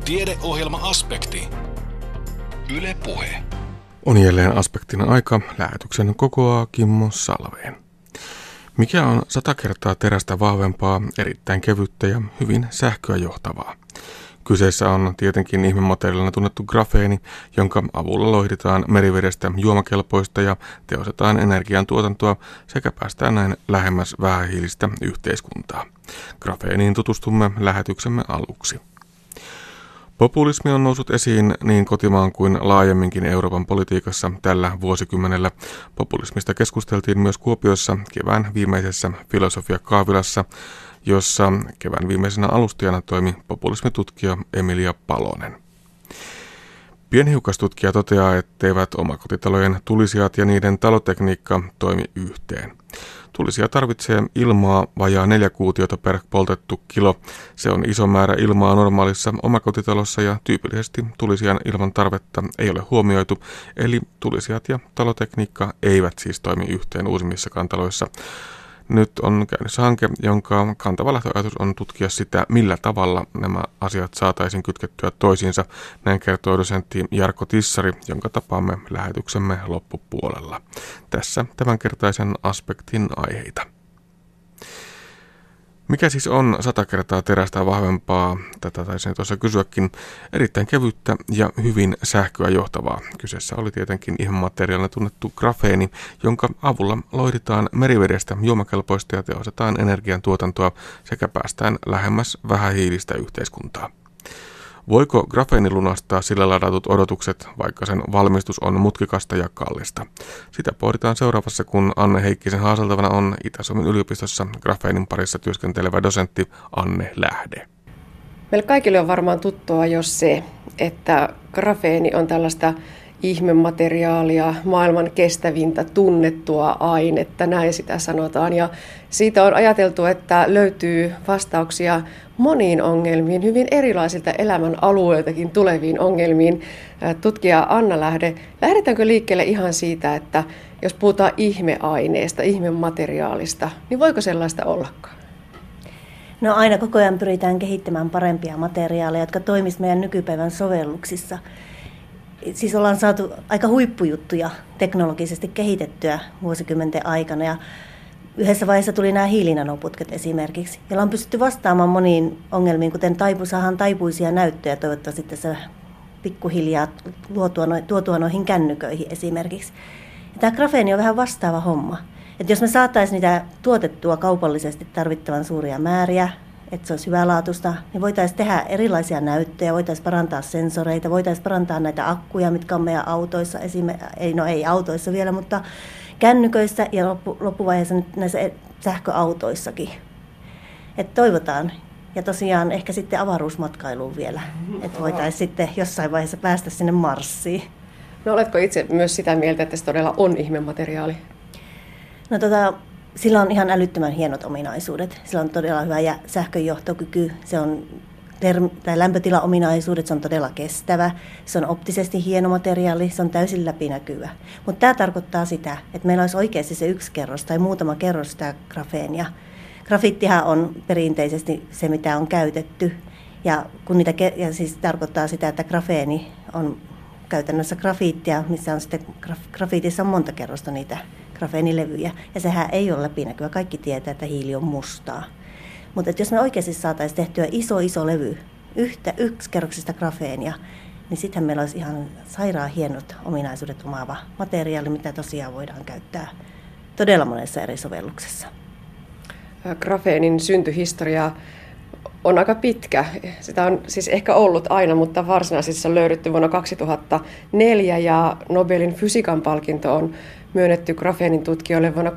Tiedeohjelma-aspekti. Yle Puhe. On jälleen aspektin aika. Lähetyksen kokoaa Kimmo Salveen. Mikä on 100 kertaa terästä vahvempaa, erittäin kevyttä ja hyvin sähköä johtavaa? Kyseessä on tietenkin ihmemateriaalina tunnettu grafeeni, jonka avulla loihditaan merivedestä juomakelpoista ja tehostetaan energiantuotantoa sekä päästään näin lähemmäs vähähiilistä yhteiskuntaa. Grafeeniin tutustumme lähetyksemme aluksi. Populismi on noussut esiin niin kotimaan kuin laajemminkin Euroopan politiikassa tällä vuosikymmenellä. Populismista keskusteltiin myös Kuopiossa kevään viimeisessä filosofiakahvilassa, jossa kevään viimeisenä alustajana toimi populismitutkija Emilia Palonen. Pienhiukkastutkija toteaa, etteivät omakotitalojen tulisijat ja niiden talotekniikka toimi yhteen. Tulisia tarvitsee ilmaa vajaa 4 kuutiota per poltettu kilo. Se on iso määrä ilmaa normaalissa omakotitalossa ja tyypillisesti tulisijan ilman tarvetta ei ole huomioitu, eli tulisijat ja talotekniikka eivät siis toimi yhteen uusimmissakaan taloissa. Nyt on käynnissä hanke, jonka kantava lähtöajatus on tutkia sitä, millä tavalla nämä asiat saataisiin kytkettyä toisiinsa. Näin kertoo dosentti Jarkko Tissari, jonka tapaamme lähetyksemme loppupuolella. Tässä tämänkertaisen aspektin aiheita. Mikä siis on 100 kertaa terästä vahvempaa? Tätä taisin tuossa kysyäkin. Erittäin kevyttä ja hyvin sähköä johtavaa. Kyseessä oli tietenkin ihmemateriaalina tunnettu grafeeni, jonka avulla loihditaan merivedestä juomakelpoista ja tehostetaan energiantuotantoa sekä päästään lähemmäs vähähiilistä yhteiskuntaa. Voiko grafeeni lunastaa sillä ladatut odotukset, vaikka sen valmistus on mutkikasta ja kallista? Sitä pohditaan seuraavassa, kun Anne Heikkisen haaseltavana on Itä-Suomen yliopistossa grafeenin parissa työskentelevä dosentti Anne Lähde. Meille kaikille on varmaan tuttua jo se, että grafeeni on tällaista ihmemateriaalia, maailman kestävintä tunnettua ainetta, näin sitä sanotaan. Ja siitä on ajateltu, että löytyy vastauksia moniin ongelmiin, hyvin erilaisilta elämän alueiltakin tuleviin ongelmiin. Tutkija Anna Lähde, lähdetäänkö liikkeelle ihan siitä, että jos puhutaan ihmeaineesta, ihmemateriaalista, niin voiko sellaista ollakaan? No aina koko ajan pyritään kehittämään parempia materiaaleja, jotka toimisivat meidän nykypäivän sovelluksissa. Siis ollaan saatu aika huippujuttuja teknologisesti kehitettyä vuosikymmenten aikana ja yhdessä vaiheessa tuli nämä hiilinanoputket esimerkiksi, joilla on pystytty vastaamaan moniin ongelmiin, kuten saadaan taipuisia näyttöjä toivottavasti tässä pikkuhiljaa tuotua noihin kännyköihin esimerkiksi. Ja tämä grafeeni on vähän vastaava homma. Että jos me saataisiin niitä tuotettua kaupallisesti tarvittavan suuria määriä, että se olisi hyvälaatuista, niin voitaisiin tehdä erilaisia näyttöjä, voitaisiin parantaa sensoreita, voitaisiin parantaa näitä akkuja, mitkä on meidän autoissa, ei autoissa vielä, mutta kännyköissä ja loppuvaiheessa nyt näissä sähköautoissakin. Että toivotaan. Ja tosiaan ehkä sitten avaruusmatkailuun vielä, että voitaisiin sitten jossain vaiheessa päästä sinne Marsiin. No oletko itse myös sitä mieltä, että se todella on ihmemateriaali? No sillä on ihan älyttömän hienot ominaisuudet. Sillä on todella hyvä sähkönjohtokyky, se on lämpötilaominaisuudet, se on todella kestävä, se on optisesti hieno materiaali, se on täysin läpinäkyvä. Mutta tämä tarkoittaa sitä, että meillä olisi oikeasti se 1 kerros tai muutama kerros sitä grafeenia. Grafittihan on perinteisesti se, mitä on käytetty, ja siis tarkoittaa sitä, että grafeeni on käytännössä grafiittia, missä on sitten grafiitissa on monta kerrosta niitä grafeenilevyjä, ja sehän ei ole läpinäkyvä. Kaikki tietää, että hiili on mustaa. Mutta jos me oikeasti saataisiin tehtyä iso levy yksikerroksista grafeenia, niin sittenhän meillä olisi ihan sairaan hienot ominaisuudet omaava materiaali, mitä tosiaan voidaan käyttää todella monessa eri sovelluksessa. Grafeenin syntyhistoria on aika pitkä. Sitä on siis ehkä ollut aina, mutta varsinaisesti on löydetty vuonna 2004 ja Nobelin fysiikan palkinto on myönnetty grafeenin tutkijoille vuonna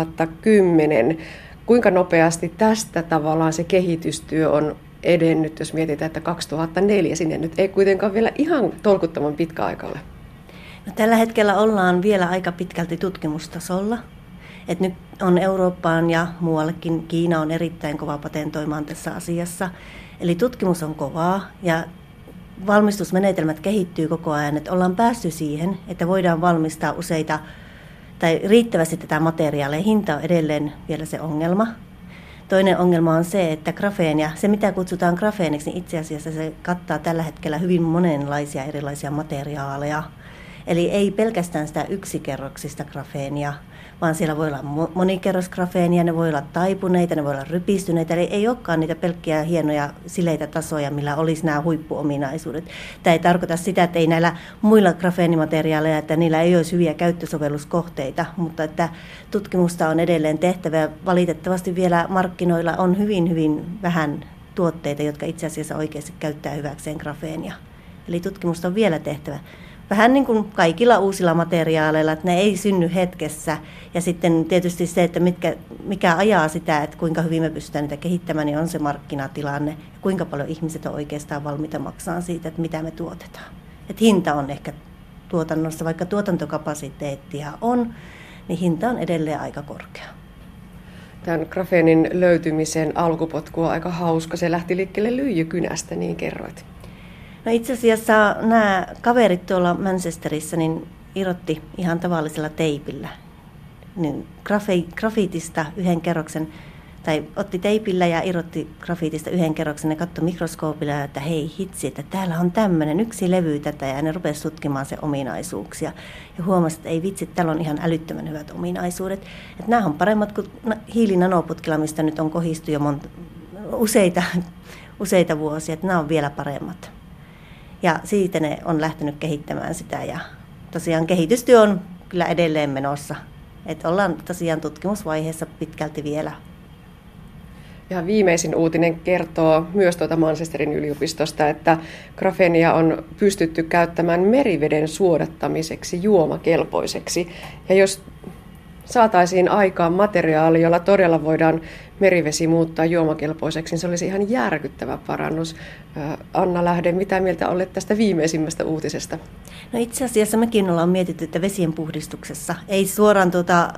2010. Kuinka nopeasti tästä tavallaan se kehitystyö on edennyt, jos mietitään, että 2004 sinne nyt ei kuitenkaan vielä ihan tolkuttoman pitkä aika ole? No, tällä hetkellä ollaan vielä aika pitkälti tutkimustasolla. Et nyt on Eurooppaan ja muuallekin, Kiina on erittäin kova patentoimaan tässä asiassa. Eli tutkimus on kovaa ja valmistusmenetelmät kehittyy koko ajan. Et ollaan päästy siihen, että voidaan valmistaa useita tai riittävästi tätä materiaalia. Hinta on edelleen vielä se ongelma. Toinen ongelma on se, että grafeenia, se mitä kutsutaan grafeeniksi, niin itse asiassa se kattaa tällä hetkellä hyvin monenlaisia erilaisia materiaaleja. Eli ei pelkästään sitä yksikerroksista grafeenia, vaan siellä voi olla monikerrosgrafeenia, ne voi olla taipuneita, ne voi olla rypistyneitä. Eli ei olekaan niitä pelkkiä hienoja sileitä tasoja, millä olisi nämä huippuominaisuudet. Tämä ei tarkoita sitä, että ei näillä muilla grafeenimateriaaleilla, että niillä ei olisi hyviä käyttösovelluskohteita, mutta että tutkimusta on edelleen tehtävä. Valitettavasti vielä markkinoilla on hyvin, hyvin vähän tuotteita, jotka itse asiassa oikeasti käyttää hyväkseen grafeenia. Eli tutkimusta on vielä tehtävä. Vähän niin kuin kaikilla uusilla materiaaleilla, että ne ei synny hetkessä. Ja sitten tietysti se, että mikä ajaa sitä, että kuinka hyvin me pystytään niitä kehittämään, niin on se markkinatilanne. Ja kuinka paljon ihmiset on oikeastaan valmiita maksamaan siitä, että mitä me tuotetaan. Et hinta on ehkä tuotannossa, vaikka tuotantokapasiteettia on, niin hinta on edelleen aika korkea. Tämän grafeenin löytymisen alkupotku on aika hauska. Se lähti liikkeelle lyijykynästä, niin kerroit. No itse asiassa nämä kaverit tuolla Manchesterissa niin irrotti ihan tavallisella teipillä niin grafiitista yhden kerroksen, tai otti teipillä ja irrotti grafiitista yhden kerroksen ja katsoi mikroskoopilla, että hei hitsi, että täällä on tämmöinen yksi levy tätä, ja ne rupesi tutkimaan sen ominaisuuksia. Ja huomasi, että ei vitsi, täällä on ihan älyttömän hyvät ominaisuudet. Että nämä on paremmat kuin hiilinanoputkilla, mistä nyt on kohistu jo useita vuosia, että nämä on vielä paremmat. Ja siitä ne on lähtenyt kehittämään sitä ja tosiaan kehitystyö on kyllä edelleen menossa. Että ollaan tosiaan tutkimusvaiheessa pitkälti vielä. Ja viimeisin uutinen kertoo myös Manchesterin yliopistosta, että grafeenia on pystytty käyttämään meriveden suodattamiseksi juomakelpoiseksi. Ja jos saataisiin aikaan materiaali, jolla todella voidaan merivesi muuttaa juomakelpoiseksi, niin se olisi ihan järkyttävä parannus. Anna Lähde, mitä mieltä olet tästä viimeisimmästä uutisesta? No itse asiassa mekin ollaan mietitty, että vesien puhdistuksessa ei suoraan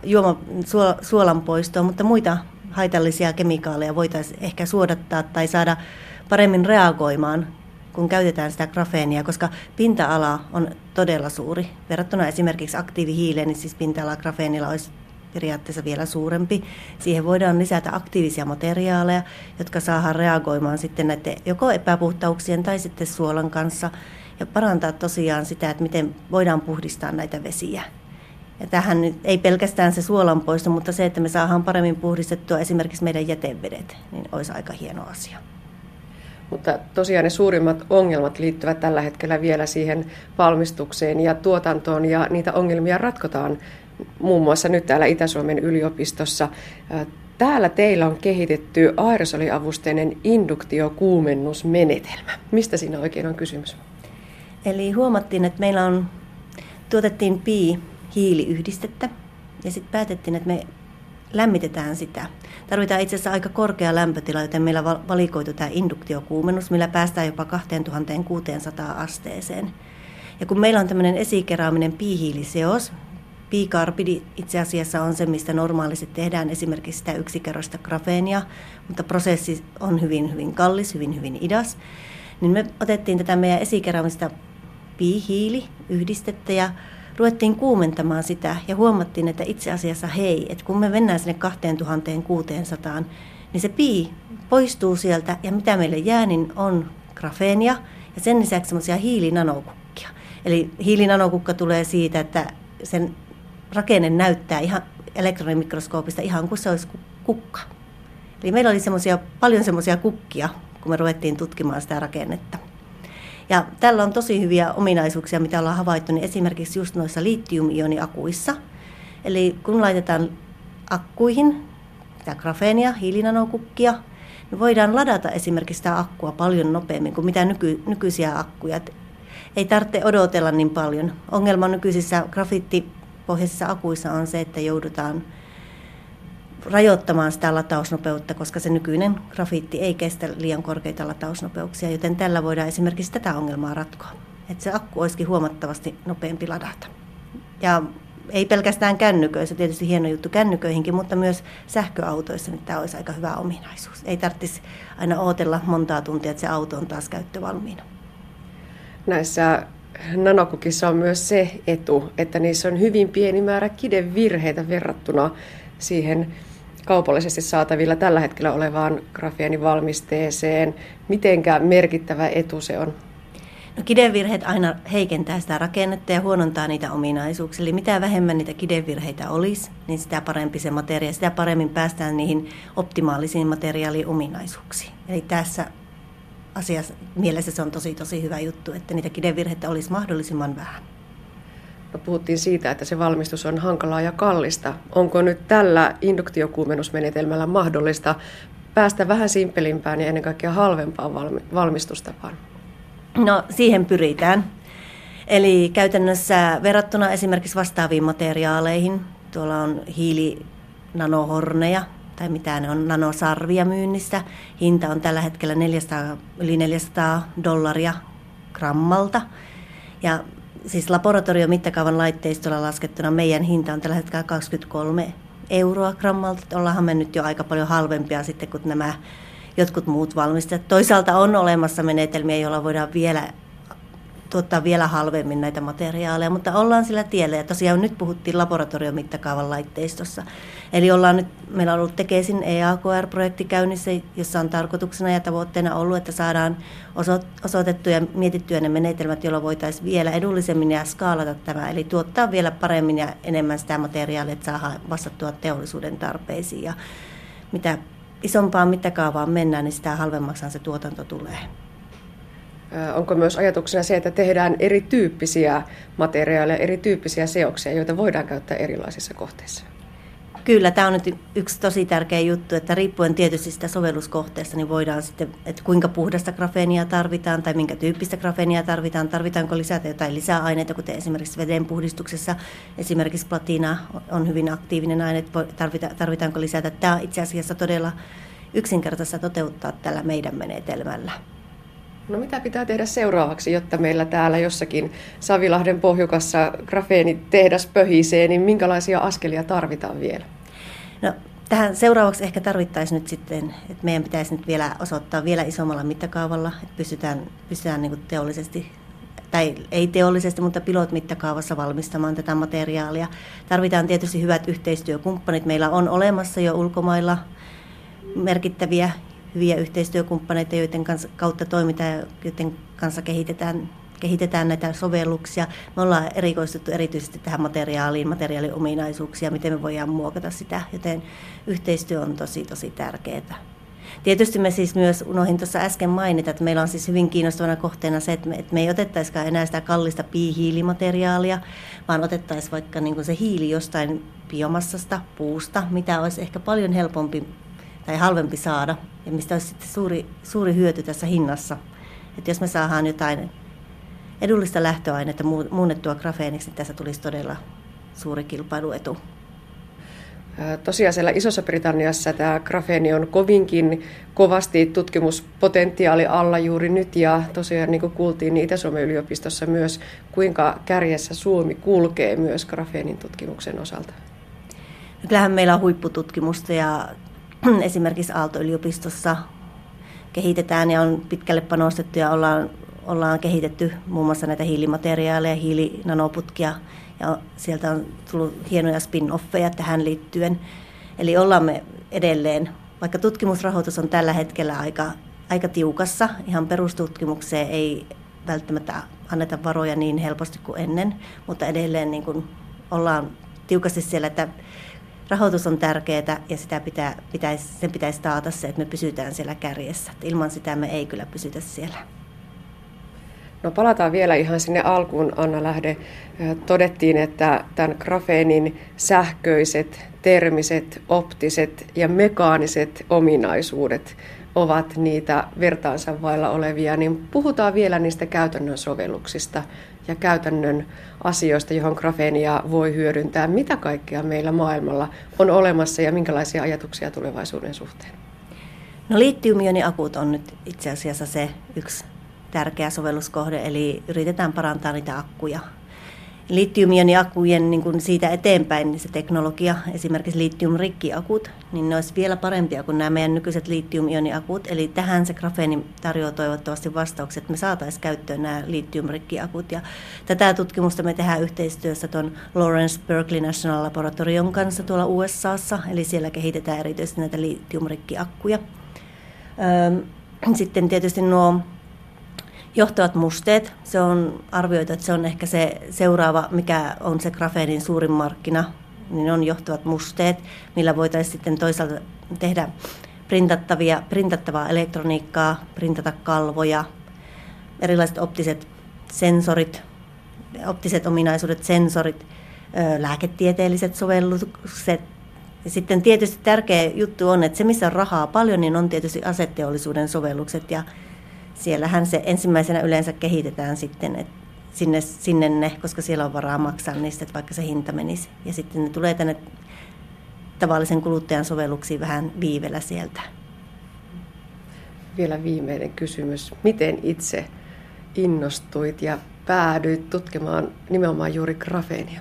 suolan poistoa, mutta muita haitallisia kemikaaleja voitaisiin ehkä suodattaa tai saada paremmin reagoimaan, kun käytetään sitä grafeenia, koska pinta-ala on todella suuri. Verrattuna esimerkiksi aktiivihiileen, niin siis pinta-ala grafeenilla olisi periaatteessa vielä suurempi. Siihen voidaan lisätä aktiivisia materiaaleja, jotka saadaan reagoimaan sitten näiden joko epäpuhtauksien tai sitten suolan kanssa ja parantaa tosiaan sitä, että miten voidaan puhdistaa näitä vesiä. Ja tähän nyt ei pelkästään se suolan poisto, mutta se, että me saadaan paremmin puhdistettua esimerkiksi meidän jätevedet, niin olisi aika hieno asia. Mutta tosiaan ne suurimmat ongelmat liittyvät tällä hetkellä vielä siihen valmistukseen ja tuotantoon, ja niitä ongelmia ratkotaan muun muassa nyt täällä Itä-Suomen yliopistossa. Täällä teillä on kehitetty aerosoliavusteinen induktiokuumennusmenetelmä. Mistä siinä oikein on kysymys? Eli huomattiin, että tuotettiin hiiliyhdistettä ja sitten päätettiin, että me lämmitetään sitä. Tarvitaan itse asiassa aika korkea lämpötila, joten meillä valikoitu tämä induktiokuumennus, millä päästään jopa 2600 asteeseen. Ja kun meillä on tämmöinen esikeraaminen piihiiliseos, piikarbidi itse asiassa on se, mistä normaalisti tehdään esimerkiksi sitä yksikerrosta grafeenia, mutta prosessi on hyvin, hyvin kallis, hyvin, hyvin hidas. Niin me otettiin tätä meidän esikeraamista piihiiliyhdistettä ja ruvettiin kuumentamaan sitä ja huomattiin, että itse asiassa että kun me mennään sinne 2600, niin se pii poistuu sieltä ja mitä meille jää, niin on grafeenia ja sen lisäksi semmoisia hiilinanokukkia. Eli hiilinanokukka tulee siitä, että sen rakenne näyttää ihan elektronimikroskoopista ihan kuin se olisi kukka. Eli meillä oli paljon semmoisia kukkia, kun me ruvettiin tutkimaan sitä rakennetta. Ja tällä on tosi hyviä ominaisuuksia, mitä ollaan havaittu, niin esimerkiksi just noissa litium-ioniakuissa. Eli kun laitetaan akkuihin sitä grafeenia, hiilinanokukkia, niin voidaan ladata esimerkiksi sitä akkua paljon nopeammin kuin mitä nykyisiä akkuja. Ei tarvitse odotella niin paljon. Ongelma nykyisissä grafiittipohjaisissa akuissa on se, että joudutaan rajoittamaan sitä latausnopeutta, koska se nykyinen grafiitti ei kestä liian korkeita latausnopeuksia, joten tällä voidaan esimerkiksi tätä ongelmaa ratkoa. Että se akku olisikin huomattavasti nopeampi ladata. Ja ei pelkästään kännyköissä, tietysti hieno juttu kännyköihinkin, mutta myös sähköautoissa niin tämä olisi aika hyvä ominaisuus. Ei tarvitsisi aina odotella montaa tuntia, että se auto on taas käyttövalmiina. Näissä nanokukissa on myös se etu, että niissä on hyvin pieni määrä kidevirheitä verrattuna siihen kaupallisesti saatavilla tällä hetkellä olevaan grafeenivalmisteeseen. Mitenkä merkittävä etu se on? No, kidevirheet aina heikentää sitä rakennetta ja huonontaa niitä ominaisuuksia. Eli mitä vähemmän niitä kidevirheitä olisi, niin sitä parempi se materiaali, sitä paremmin päästään niihin optimaalisiin materiaaliominaisuuksiin. Eli tässä asiassa mielessä se on tosi hyvä juttu, että niitä kidevirheitä olisi mahdollisimman vähän. No, puhuttiin siitä, että se valmistus on hankalaa ja kallista. Onko nyt tällä induktiokuumennusmenetelmällä mahdollista päästä vähän simppelimpään ja ennen kaikkea halvempaan valmistustapaan? No, siihen pyritään. Eli käytännössä verrattuna esimerkiksi vastaaviin materiaaleihin, tuolla on hiilinanohorneja tai mitä ne on, nanosarvia myynnissä. Hinta on tällä hetkellä yli $400 grammalta. Ja siis laboratoriomittakaavan laitteistolla laskettuna meidän hinta on tällä hetkellä 23 euroa grammalta. Ollaanhan me nyt jo aika paljon halvempia sitten kuin nämä jotkut muut valmistajat. Toisaalta on olemassa menetelmiä, joilla voidaan tuottaa vielä halvemmin näitä materiaaleja, mutta ollaan sillä tiellä. Ja tosiaan nyt puhuttiin laboratoriomittakaavan laitteistossa. Eli meillä on ollut Tekesin EAKR-projekti käynnissä, jossa on tarkoituksena ja tavoitteena ollut, että saadaan osoitettuja ja mietittyjä ne menetelmät, joilla voitaisiin vielä edullisemmin ja skaalata tämä. Eli tuottaa vielä paremmin ja enemmän sitä materiaalia, että saadaan vastattua teollisuuden tarpeisiin. Ja mitä isompaan mittakaavaan mennään, niin sitä halvemmaksihan se tuotanto tulee. Onko myös ajatuksena se, että tehdään erityyppisiä materiaaleja, erityyppisiä seoksia, joita voidaan käyttää erilaisissa kohteissa? Kyllä, tämä on nyt yksi tosi tärkeä juttu, että riippuen tietysti sitä sovelluskohteesta, niin voidaan sitten, että kuinka puhdasta grafeenia tarvitaan tai minkä tyyppistä grafeenia tarvitaan, tarvitaanko lisätä jotain lisäaineita, kuten esimerkiksi vedenpuhdistuksessa, esimerkiksi platina on hyvin aktiivinen aine, tarvitaanko lisätä. Tämä on itse asiassa todella yksinkertaista toteuttaa tällä meidän menetelmällä. No, mitä pitää tehdä seuraavaksi, jotta meillä täällä jossakin Savilahden pohjukassa grafeenitehdas pöhisee, niin minkälaisia askelia tarvitaan vielä? No, tähän seuraavaksi ehkä tarvittaisiin nyt sitten, että meidän pitäisi nyt vielä osoittaa vielä isommalla mittakaavalla, että pystytään niin kuin teollisesti, tai ei teollisesti, mutta pilot-mittakaavassa valmistamaan tätä materiaalia. Tarvitaan tietysti hyvät yhteistyökumppanit. Meillä on olemassa jo ulkomailla merkittäviä hyviä yhteistyökumppaneita, joiden kautta toimitaan ja joiden kanssa kehitetään näitä sovelluksia. Me ollaan erikoistuttu erityisesti tähän materiaaliominaisuuksia, miten me voidaan muokata sitä, joten yhteistyö on tosi tärkeää. Tietysti me siis myös unohdin tuossa äsken mainita, että meillä on siis hyvin kiinnostavana kohteena se, että me ei otettaisikaan enää sitä kallista hiilimateriaalia, vaan otettaisiin vaikka niin kuin se hiili jostain biomassasta, puusta, mitä olisi ehkä paljon helpompi tai halvempi saada, ja mistä olisi sitten suuri hyöty tässä hinnassa. Että jos me saadaan jotain edullista lähtöainetta muunnettua grafeeniksi, niin tässä tulisi todella suuri kilpailuetu. Tosiaan siellä Isossa-Britanniassa tämä grafeeni on kovinkin kovasti tutkimuspotentiaali alla juuri nyt, ja tosiaan niin kuin kuultiin, niin Itä-Suomen yliopistossa myös, kuinka kärjessä Suomi kulkee myös grafeenin tutkimuksen osalta. Kyllähän meillä on huippututkimusta ja esimerkiksi Aalto-yliopistossa kehitetään ja on pitkälle panostettu ja ollaan kehitetty muun muassa näitä hiilimateriaaleja, hiilinanoputkia ja sieltä on tullut hienoja spin-offeja tähän liittyen. Eli ollaan me edelleen, vaikka tutkimusrahoitus on tällä hetkellä aika tiukassa, ihan perustutkimukseen ei välttämättä anneta varoja niin helposti kuin ennen, mutta edelleen niin kuin ollaan tiukasti siellä, että rahoitus on tärkeää ja sen pitäisi taata se, että me pysytään siellä kärjessä. Ilman sitä me ei kyllä pysytä siellä. No, palataan vielä ihan sinne alkuun, Anna Lähde. Todettiin, että tämän grafeenin sähköiset, termiset, optiset ja mekaaniset ominaisuudet ovat niitä vertaansa vailla olevia, niin puhutaan vielä niistä käytännön sovelluksista ja käytännön asioista, johon grafeenia voi hyödyntää. Mitä kaikkea meillä maailmalla on olemassa ja minkälaisia ajatuksia tulevaisuuden suhteen? No, litium-ioniakut on nyt itse asiassa se yksi tärkeä sovelluskohde, eli yritetään parantaa niitä akkuja. Litium-ioniakkujen niin kuin siitä eteenpäin niin se teknologia, esimerkiksi litium-rikkiakut, niin ne olisi vielä parempia kuin nämä meidän nykyiset litium-ioniakut. Eli tähän se grafeeni tarjoaa toivottavasti vastaukset, että me saataisiin käyttöön nämä litium-rikkiakut. Ja tätä tutkimusta me tehdään yhteistyössä tuon Lawrence Berkeley National Laboratorion kanssa tuolla USAssa, eli siellä kehitetään erityisesti näitä litium-rikkiakkuja. Sitten tietysti nuo johtavat musteet, se on arvioitu, että se on ehkä se seuraava, mikä on se grafeenin suurin markkina, niin on johtavat musteet, millä voitaisiin sitten toisaalta tehdä printattavaa elektroniikkaa, printata kalvoja, erilaiset optiset sensorit, optiset ominaisuudet, sensorit, lääketieteelliset sovellukset. Ja sitten tietysti tärkeä juttu on, että se missä on rahaa paljon, niin on tietysti aseteollisuuden sovellukset ja siellähän se ensimmäisenä yleensä kehitetään sitten että sinne ne, koska siellä on varaa maksaa niistä, että vaikka se hinta menisi. Ja sitten ne tulee tänne tavallisen kuluttajan sovelluksiin vähän viivellä sieltä. Vielä viimeinen kysymys. Miten itse innostuit ja päädyit tutkimaan nimenomaan juuri grafeenia?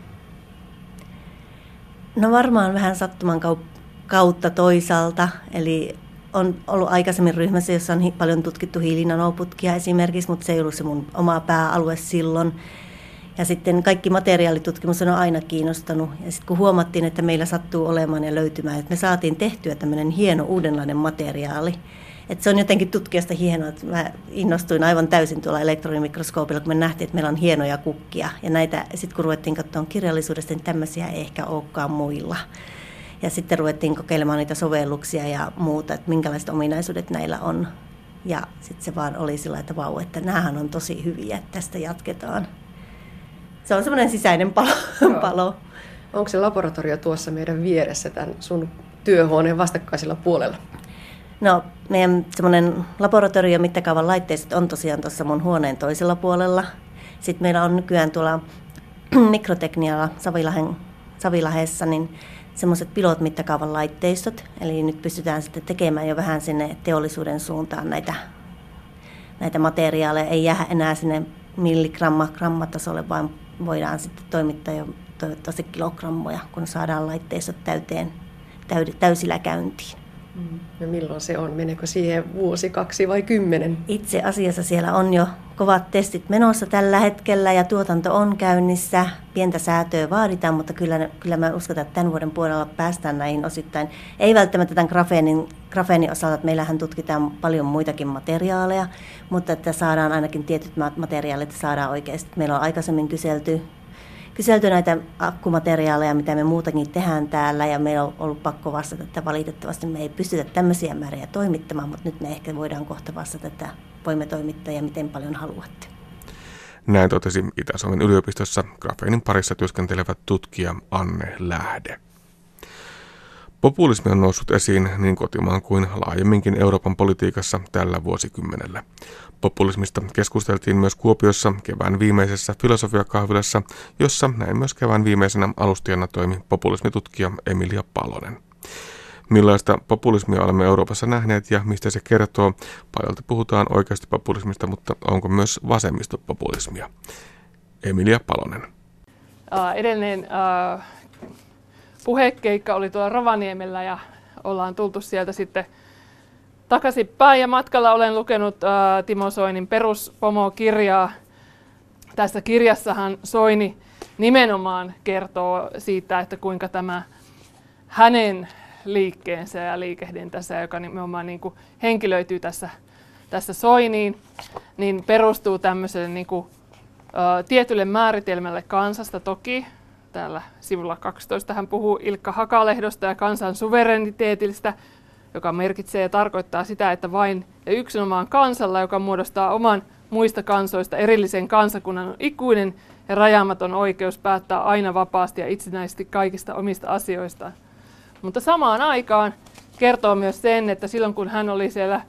No varmaan vähän sattuman kautta toisaalta, eli on ollut aikaisemmin ryhmässä, jossa on paljon tutkittu hiilinanoputkia esimerkiksi, mutta se ei ollut se mun oma pääalue silloin. Ja sitten kaikki materiaalitutkimus on aina kiinnostanut. Ja sitten kun huomattiin, että meillä sattuu olemaan ja löytymään, että me saatiin tehtyä tämmöinen hieno uudenlainen materiaali. Että se on jotenkin tutkijasta hienoa, että mä innostuin aivan täysin tuolla elektronimikroskoopilla, kun me nähtiin, että meillä on hienoja kukkia. Ja näitä, sitten kun ruvettiin katsomaan kirjallisuudesta, niin tämmöisiä ei ehkä olekaan muilla. Ja sitten ruvettiin kokeilemaan niitä sovelluksia ja muuta, että minkälaiset ominaisuudet näillä on. Ja sitten se vaan oli sillä, että vau, että näähän on tosi hyviä, että tästä jatketaan. Se on semmoinen sisäinen palo. Onko se laboratorio tuossa meidän vieressä tämän sun työhuoneen vastakkaisella puolella? No, meidän semmoinen laboratorio mittakaavan laitteistot on tosiaan tuossa mun huoneen toisella puolella. Sitten meillä on nykyään tuolla Mikroteknialla Savilahdessa niin semmoiset pilot-mittakaavan laitteistot. Eli nyt pystytään sitten tekemään jo vähän sinne teollisuuden suuntaan näitä materiaaleja. Ei jää enää sinne milligramma-grammatasolle, vaan voidaan sitten toimittaa jo toivottavasti kilogrammoja, kun saadaan laitteistot täysillä käyntiin. Ja milloin se on? Meneekö siihen vuosi, 2 vai 10? Itse asiassa siellä on jo kovat testit menossa tällä hetkellä ja tuotanto on käynnissä. Pientä säätöä vaaditaan, mutta kyllä mä uskotaan, että tämän vuoden puolella päästään näihin osittain. Ei välttämättä tämän grafeenin osalta, että meillähän tutkitaan paljon muitakin materiaaleja, mutta että saadaan ainakin tietyt materiaalit saadaan oikeasti. Meillä on aikaisemmin kyselty näitä akkumateriaaleja, mitä me muutakin tehdään täällä, ja meillä on ollut pakko vastata, että valitettavasti me ei pystytä tämmöisiä määriä toimittamaan, mutta nyt me ehkä voidaan kohta vastata, että voimme toimittaa ja miten paljon haluatte. Näin totesi Itä-Suomen yliopistossa grafeenin parissa työskentelevä tutkija Anne Lähde. Populismi on noussut esiin niin kotimaan kuin laajemminkin Euroopan politiikassa tällä vuosikymmenellä. Populismista keskusteltiin myös Kuopiossa kevään viimeisessä filosofiakahvilassa, jossa näin myös kevään viimeisenä alustajana toimi populismitutkija Emilia Palonen. Millaista populismia olemme Euroopassa nähneet ja mistä se kertoo? Paljolti puhutaan oikeasti populismista, mutta onko myös vasemmistopopulismia? Emilia Palonen. Edellinen puhekeikka oli tuolla Rovaniemellä ja ollaan tultu sieltä sitten takaisinpäin ja matkalla olen lukenut Timo Soinin Peruspomo-kirjaa. Tässä kirjassahan Soini nimenomaan kertoo siitä, että kuinka tämä hänen liikkeensä ja liikehdintänsä, joka nimenomaan niin kuin henkilöityy tässä Soiniin, niin perustuu tämmöiselle niin kuin, tietylle määritelmälle kansasta toki. Täällä sivulla 12 hän puhuu Ilkka Hakalehdosta ja kansan suvereniteetistä, joka merkitsee ja tarkoittaa sitä, että vain ja yksinomaan kansalla, joka muodostaa oman muista kansoista erillisen kansakunnan, on ikuinen ja rajaamaton oikeus päättää aina vapaasti ja itsenäisesti kaikista omista asioistaan. Mutta samaan aikaan kertoo myös sen, että silloin kun hän oli siellä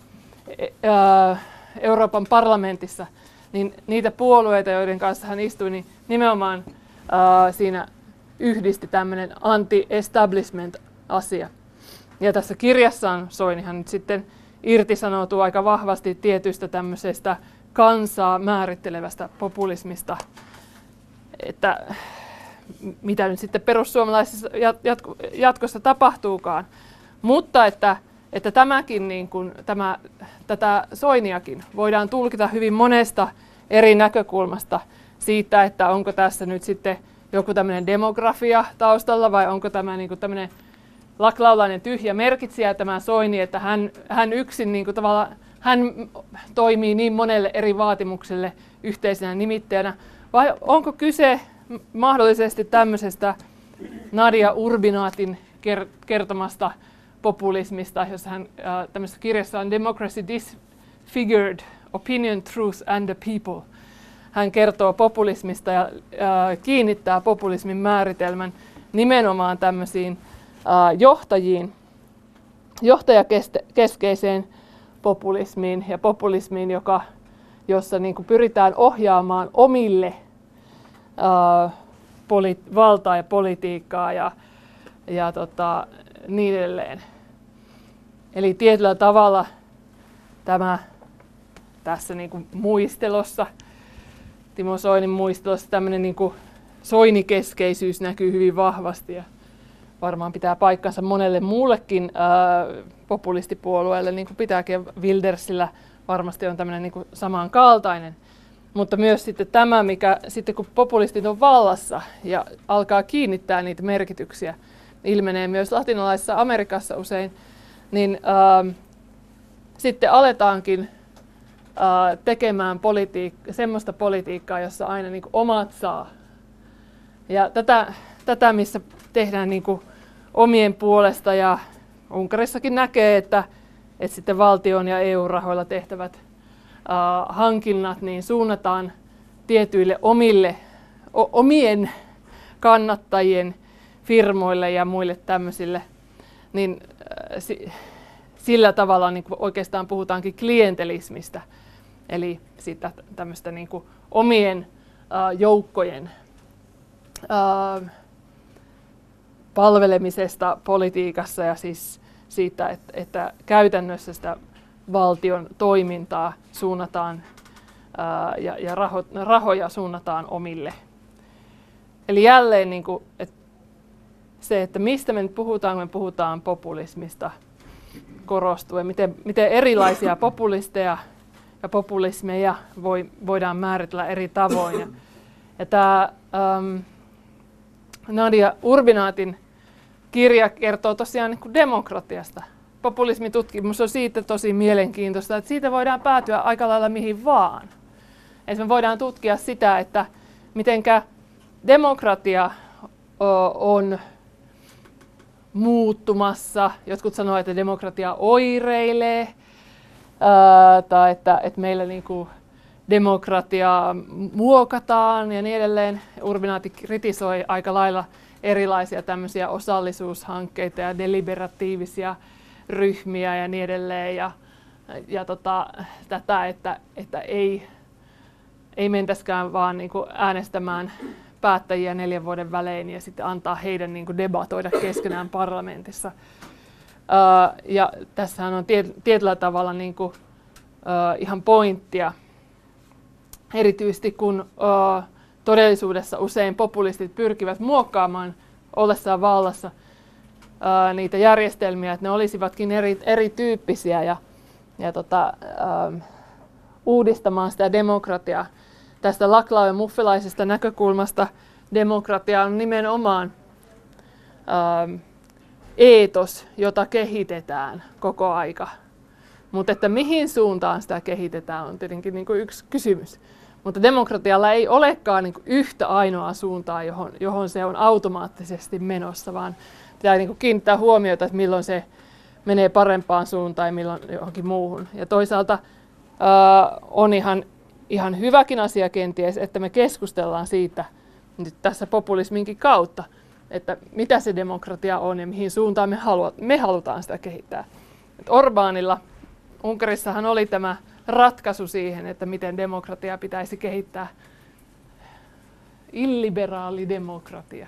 Euroopan parlamentissa, niin niitä puolueita, joiden kanssa hän istui, niin nimenomaan siinä yhdisti tämmöinen anti-establishment-asia. Ja tässä kirjassaan Soinihan nyt sitten irtisanoutuu aika vahvasti tietystä tämmöisestä kansaa määrittelevästä populismista. että mitä nyt sitten perussuomalaisissa jatkossa tapahtuukaan. Mutta että tämäkin, niin kuin, tätä Soiniakin voidaan tulkita hyvin monesta eri näkökulmasta siitä, että onko tässä nyt sitten joku tämmöinen demografia taustalla vai onko tämä niin kuin tämmöinen laklaulainen tyhjä merkitsijä tämä Soini, että hän yksin niin kuin tavallaan, hän toimii niin monelle eri vaatimukselle yhteisenä nimittäjänä, vai onko kyse mahdollisesti tämmöisestä Nadia Urbinatin kertomasta populismista, jossa hän tämmöisessä kirjassa on Democracy Disfigured, Opinion, Truth and the People. Hän kertoo populismista ja kiinnittää populismin määritelmän nimenomaan tämmöisiin johtajakeskeiseen populismiin ja populismiin, jossa niin kuin pyritään ohjaamaan omille valtaa ja politiikkaa ja niin edelleen. Eli tietyllä tavalla tässä niin kuin muistelossa, Timo Soinin muistelossa tämmöinen niin kuin soinikeskeisyys näkyy hyvin vahvasti ja varmaan pitää paikkansa monelle muullekin populistipuolueelle, niin kuin pitääkin. Wildersillä varmasti on tämmöinen niin kuin samankaltainen. Mutta myös sitten tämä, mikä sitten kun populistit on vallassa ja alkaa kiinnittää niitä merkityksiä, ilmenee myös latinalaisessa Amerikassa usein, niin sitten aletaankin tekemään semmoista politiikkaa, jossa aina niin kuin omat saa. Ja tätä missä tehdään niin kuin omien puolesta, ja Unkarissakin näkee, että sitten valtion ja EU-rahoilla tehtävät hankinnat niin suunnataan tietyille omien kannattajien firmoille ja muille tämmöisille, niin sillä tavalla niin kuin oikeastaan puhutaankin klientelismistä, eli siitä tämmöistä niin kuin omien joukkojen palvelemisesta politiikassa ja siis siitä, että käytännössä sitä valtion toimintaa suunnataan ja rahoja suunnataan omille. Eli jälleen niin kuin, että mistä me nyt puhutaan, kun me puhutaan populismista, korostuu ja miten erilaisia populisteja ja populismeja voidaan määritellä eri tavoin. Ja tämä Nadia Urbinatin kirja kertoo tosiaan niin kuin demokratiasta. Populismitutkimus on siitä tosi mielenkiintoista, että siitä voidaan päätyä aika lailla mihin vaan. Eli me voidaan tutkia sitä, että mitenkä demokratia on muuttumassa. Jotkut sanoo, että demokratia oireilee, tai että meillä niinku demokratiaa muokataan ja niin edelleen. Urbinati kritisoi aika lailla erilaisia tämmöisiä osallisuushankkeita ja deliberatiivisia ryhmiä ja niin edelleen. Ja tätä, että ei mentäskään vaan niinku äänestämään päättäjiä 4 vuoden välein ja sitten antaa heidän niin kuin debatoida keskenään parlamentissa. Ja tässähän on tietyllä tavalla niin kuin, ihan pointtia, erityisesti kun todellisuudessa usein populistit pyrkivät muokkaamaan ollessaan vallassa niitä järjestelmiä, että ne olisivatkin erityyppisiä ja uudistamaan sitä demokratiaa. Tästä Laclau- muffelaisesta näkökulmasta demokratia on nimenomaan eetos, jota kehitetään koko aika. Mutta että mihin suuntaan sitä kehitetään on tietenkin niin kuin yksi kysymys. Mutta demokratialla ei olekaan niin kuin yhtä ainoaa suuntaa, johon se on automaattisesti menossa, vaan pitää niin kuin kiinnittää huomiota, että milloin se menee parempaan suuntaan ja milloin johonkin muuhun. Ja toisaalta on ihan hyväkin asia kenties, että me keskustellaan siitä nyt tässä populisminkin kautta, että mitä se demokratia on ja mihin suuntaan me halutaan sitä kehittää. Et Orbánilla Unkarissahan oli tämä ratkaisu siihen, että miten demokratiaa pitäisi kehittää. Illiberaali demokratia.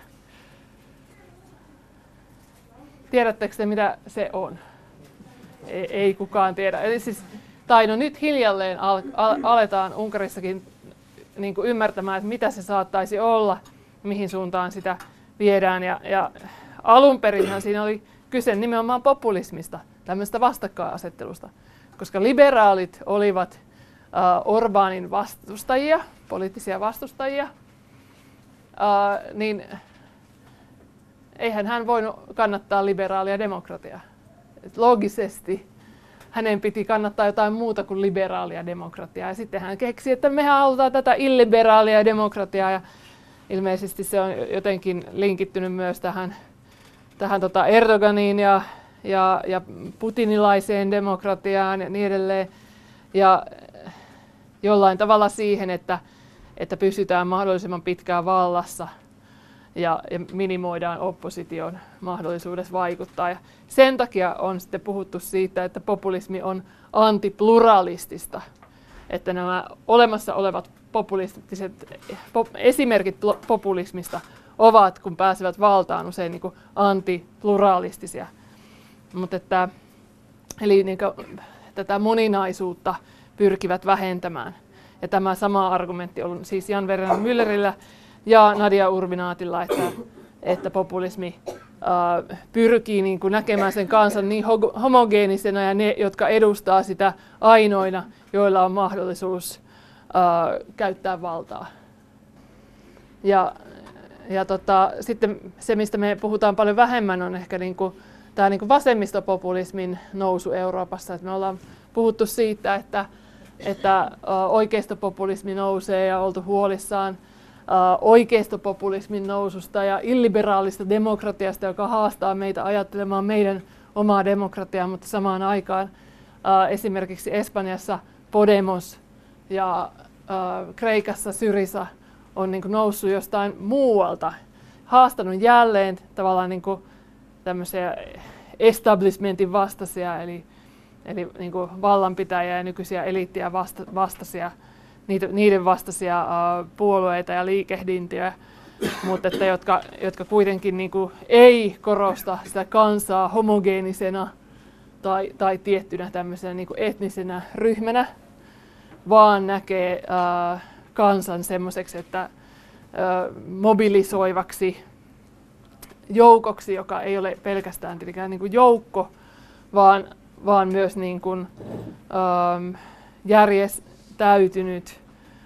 Tiedättekö te, mitä se on? Ei kukaan tiedä. Eli siis, tai no nyt hiljalleen aletaan Unkarissakin niin kuin ymmärtämään, että mitä se saattaisi olla, mihin suuntaan sitä viedään. Ja alun perinhän siinä oli kyse nimenomaan populismista, tämmöistä vastakkainasettelusta, koska liberaalit olivat Orbánin vastustajia, poliittisia vastustajia, niin eihän hän voinut kannattaa liberaalia demokratiaa. Loogisesti hänen piti kannattaa jotain muuta kuin liberaalia demokratiaa. Ja sitten hän keksi, että mehän halutaan tätä illiberaalia demokratiaa. Ja ilmeisesti se on jotenkin linkittynyt myös tähän Erdoganiin ja putinilaiseen demokratiaan ja niin edelleen. Ja jollain tavalla siihen, että pysytään mahdollisimman pitkään vallassa ja minimoidaan opposition mahdollisuudessa vaikuttaa. Ja sen takia on sitten puhuttu siitä, että populismi on antipluralistista. Että nämä olemassa olevat populistiset esimerkit populismista ovat, kun pääsevät valtaan, usein niin kuin antipluralistisia. Eli niin kuin tätä moninaisuutta pyrkivät vähentämään. Ja tämä sama argumentti on siis Jan Verner Müllerillä ja Nadia Urbinatilla, että populismi pyrkii niin kuin näkemään sen kansan niin homogeenisena ja ne, jotka edustaa sitä ainoina, joilla on mahdollisuus käyttää valtaa. Sitten se, mistä me puhutaan paljon vähemmän, on ehkä tämä vasemmistopopulismin nousu Euroopassa. Että me ollaan puhuttu siitä, että oikeistopopulismi nousee ja oltu huolissaan oikeistopopulismin noususta ja illiberaalista demokratiasta, joka haastaa meitä ajattelemaan meidän omaa demokratiaa, mutta samaan aikaan esimerkiksi Espanjassa Podemos ja Kreikassa Syriza on niin kuin noussut jostain muualta, haastanut jälleen tavallaan niin kuin tämmöisiä establishmentin vastaisia, eli niin kuin vallanpitäjiä ja nykyisiä eliittiä vastaisia, niiden vastaisia puolueita ja liikehdintiä, mutta että jotka kuitenkin niin kuin ei korosta sitä kansaa homogeenisena tai tiettynä tämmöisenä niin kuin etnisenä ryhmänä, vaan näkee kansan semmoiseksi, että mobilisoivaksi joukoksi, joka ei ole pelkästään tietenkään niin kuin joukko, vaan myös niin kuin, järjestäytynyt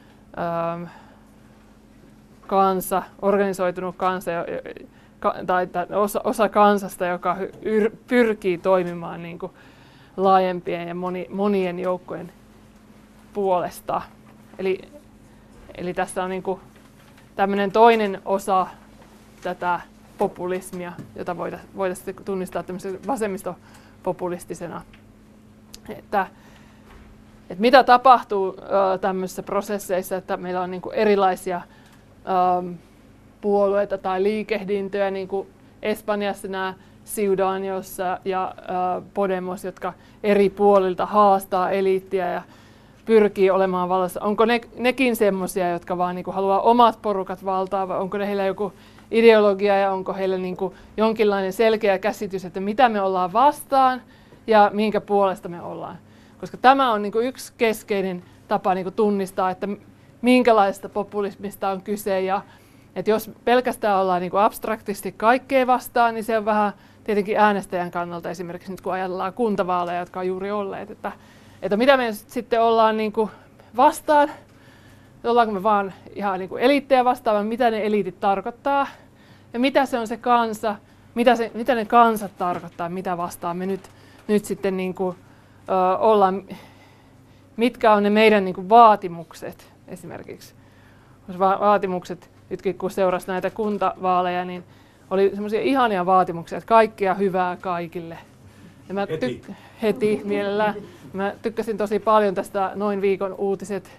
kansa, organisoitunut kansa tai osa kansasta, joka pyrkii toimimaan niin kuin laajempien ja monien joukkojen puolesta. Eli tässä on niin kuin tämmöinen toinen osa tätä populismia, jota voitaisiin tunnistaa tämmöisen vasemmistopopulistisena. Että mitä tapahtuu tämmöisissä prosesseissa, että meillä on niin kuin erilaisia puolueita tai liikehdintöjä, niin kuin Espanjassa nämä Ciudadanos ja Podemos, jotka eri puolilta haastaa eliittiä ja pyrkii olemaan vallassa. Onko nekin semmoisia, jotka vaan niin kuin haluaa omat porukat valtaa, vai onko heillä joku ideologia ja onko heillä niin kuin jonkinlainen selkeä käsitys, että mitä me ollaan vastaan ja minkä puolesta me ollaan. Koska tämä on niin kuin yksi keskeinen tapa niin kuin tunnistaa, että minkälaista populismista on kyse. Ja että jos pelkästään ollaan niin kuin abstraktisti kaikkea vastaan, niin se on vähän tietenkin äänestäjän kannalta esimerkiksi nyt kun ajatellaan kuntavaaleja, jotka on juuri olleet. Että mitä me sitten ollaan niin kuin vastaan, ollaanko me vaan ihan niin kuin eliittejä vastaan, mitä ne eliitit tarkoittaa ja mitä se on se kansa, mitä ne kansat tarkoittaa, mitä vastaan me nyt sitten niin kuin, ollaan, mitkä on ne meidän niin kuin vaatimukset esimerkiksi. Vaatimukset, nytkin kun seurasi näitä kuntavaaleja, niin oli semmoisia ihania vaatimuksia, että kaikkea hyvää kaikille. Ja mä heti mielellään. Mä tykkäsin tosi paljon tästä Noin viikon uutiset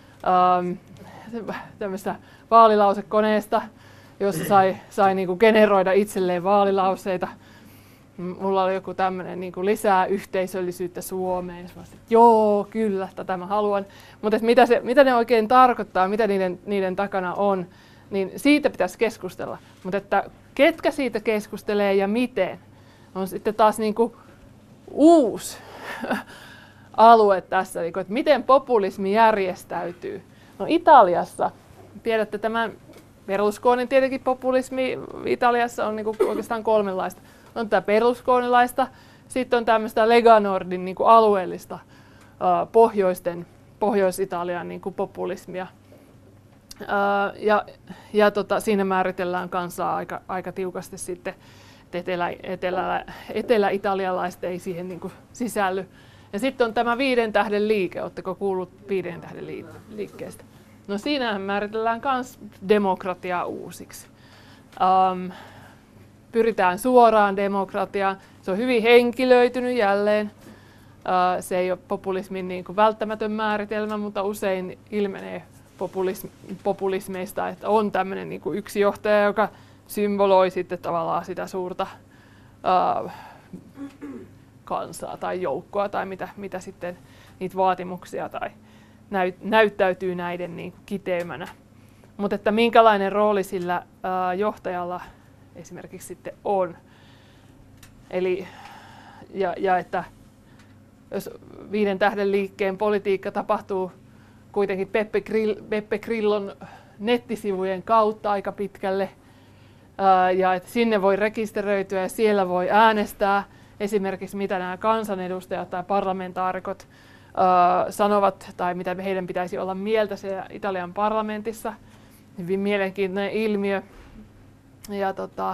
tämmöistä vaalilausekoneesta, jossa sai niinku generoida itselleen vaalilauseita. Mulla oli joku tämmöinen niinku lisää yhteisöllisyyttä Suomeen. Mä sanoin, että joo, kyllä, tätä mä haluan. Mutta mitä ne oikein tarkoittaa, mitä niiden takana on, niin siitä pitäisi keskustella. Mutta että ketkä siitä keskustelee ja miten, on sitten taas niinku uusi alue tässä, että miten populismi järjestäytyy. No Italiassa, tiedätte tämän Berlusconin tietenkin populismi Italiassa on niin kuin oikeastaan kolmenlaista. On tämä berlusconilaista, sitten on tämmöistä Lega Nordin niin kuin alueellista Pohjois-Italian niin kuin populismia. Siinä määritellään kansaa aika tiukasti sitten, että etelä-italialaiset ei siihen niin kuin sisälly. Ja sitten on tämä 5 tähden liike. Oletteko kuullut 5 tähden liikkeestä? No siinähän määritellään myös demokratiaa uusiksi. Pyritään suoraan demokratiaan. Se on hyvin henkilöitynyt jälleen. Se ei ole populismin niin kuin välttämätön määritelmä, mutta usein ilmenee populismeista, että on tämmöinen niin kuin yksi johtaja, joka symboloi sitten tavallaan sitä suurta kansaa tai joukkoa tai mitä sitten niitä vaatimuksia tai näyttäytyy näiden niin kuin kiteymänä. Mutta että minkälainen rooli sillä johtajalla esimerkiksi sitten on. Eli, ja että jos 5 tähden liikkeen politiikka tapahtuu kuitenkin Beppe Grillon nettisivujen kautta aika pitkälle, ja että sinne voi rekisteröityä ja siellä voi äänestää esimerkiksi mitä nämä kansanedustajat tai parlamentaarikot sanovat tai mitä heidän pitäisi olla mieltä siellä Italian parlamentissa. Hyvin mielenkiintoinen ilmiö ja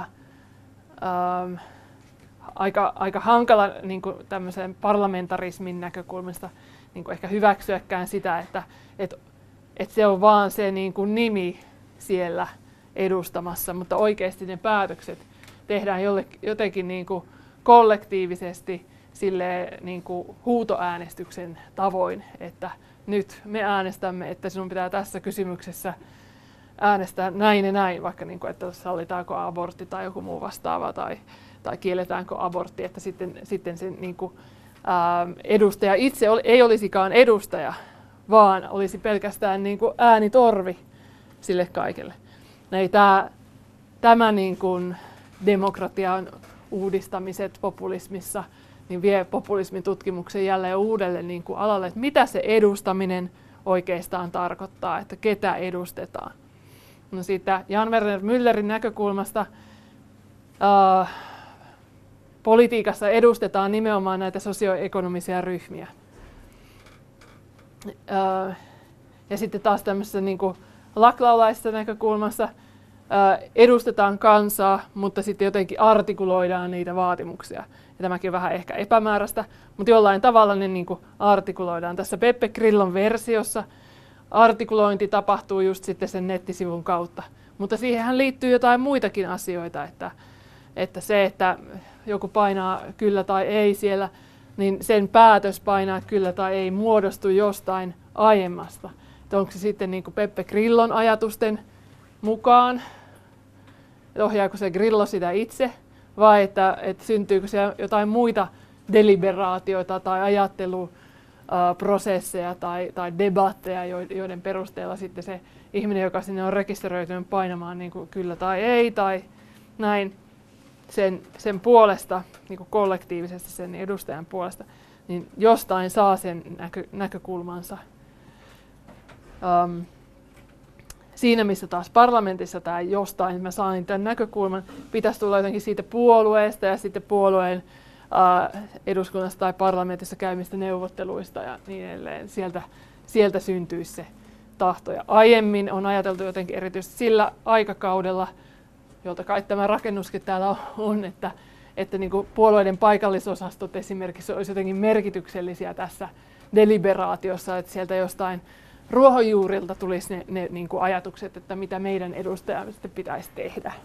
aika hankala niin kuin tämmöisen parlamentarismin näkökulmasta niin kuin ehkä hyväksyäkään sitä, että se on vaan se niin kuin nimi siellä edustamassa, mutta oikeasti ne päätökset tehdään jotenkin niin kuin kollektiivisesti silleen, niin kuin huutoäänestyksen tavoin, että nyt me äänestämme, että sinun pitää tässä kysymyksessä äänestää näin ja näin, vaikka niin kuin, että sallitaanko abortti tai joku muu vastaava tai kielletäänkö abortti, että sitten se niin kuin, edustaja itse ei olisikaan edustaja, vaan olisi pelkästään niin kuin äänitorvi sille kaikelle. Tämä niin kuin demokratian uudistamiset populismissa niin vie populismin tutkimuksen jälleen uudelle niin kuin alalle, että mitä se edustaminen oikeastaan tarkoittaa, että ketä edustetaan. No siitä Jan Werner Müllerin näkökulmasta politiikassa edustetaan nimenomaan näitä sosioekonomisia ryhmiä. Ja sitten taas tämmöisessä niin kuin laklaulaisessa näkökulmassa edustetaan kansaa, mutta sitten jotenkin artikuloidaan niitä vaatimuksia. Ja tämäkin on vähän ehkä epämääräistä, mutta jollain tavalla ne niin kuin artikuloidaan. Tässä Beppe Grillon versiossa artikulointi tapahtuu just sitten sen nettisivun kautta. Mutta siihenhän liittyy jotain muitakin asioita, että se, että joku painaa kyllä tai ei siellä, niin sen päätös painaa kyllä tai ei muodostu jostain aiemmasta. Että onko se sitten niin kuin Beppe Grillon ajatusten mukaan, että ohjaako se Grillo sitä itse, vai että syntyykö siellä jotain muita deliberaatioita tai ajatteluprosesseja tai debatteja, joiden perusteella sitten se ihminen, joka sinne on rekisteröitynyt painamaan niin kuin kyllä tai ei tai näin sen puolesta, niin kuin kollektiivisesti sen edustajan puolesta, niin jostain saa sen näkökulmansa. Siinä, missä taas parlamentissa tämä jostain, mä saan tämän näkökulman, pitäisi tulla jotenkin siitä puolueesta ja sitten puolueen eduskunnassa tai parlamentissa käymistä neuvotteluista ja niin edelleen. Sieltä syntyisi se tahto. Ja aiemmin on ajateltu jotenkin erityisesti sillä aikakaudella, jolta kai tämä rakennuskin täällä on, että niin kuin puolueiden paikallisosastot esimerkiksi olisi jotenkin merkityksellisiä tässä deliberaatiossa, että sieltä jostain ruohonjuurilta tulisi ne niin kuin ajatukset, että mitä meidän edustajamme sitten pitäisi tehdä.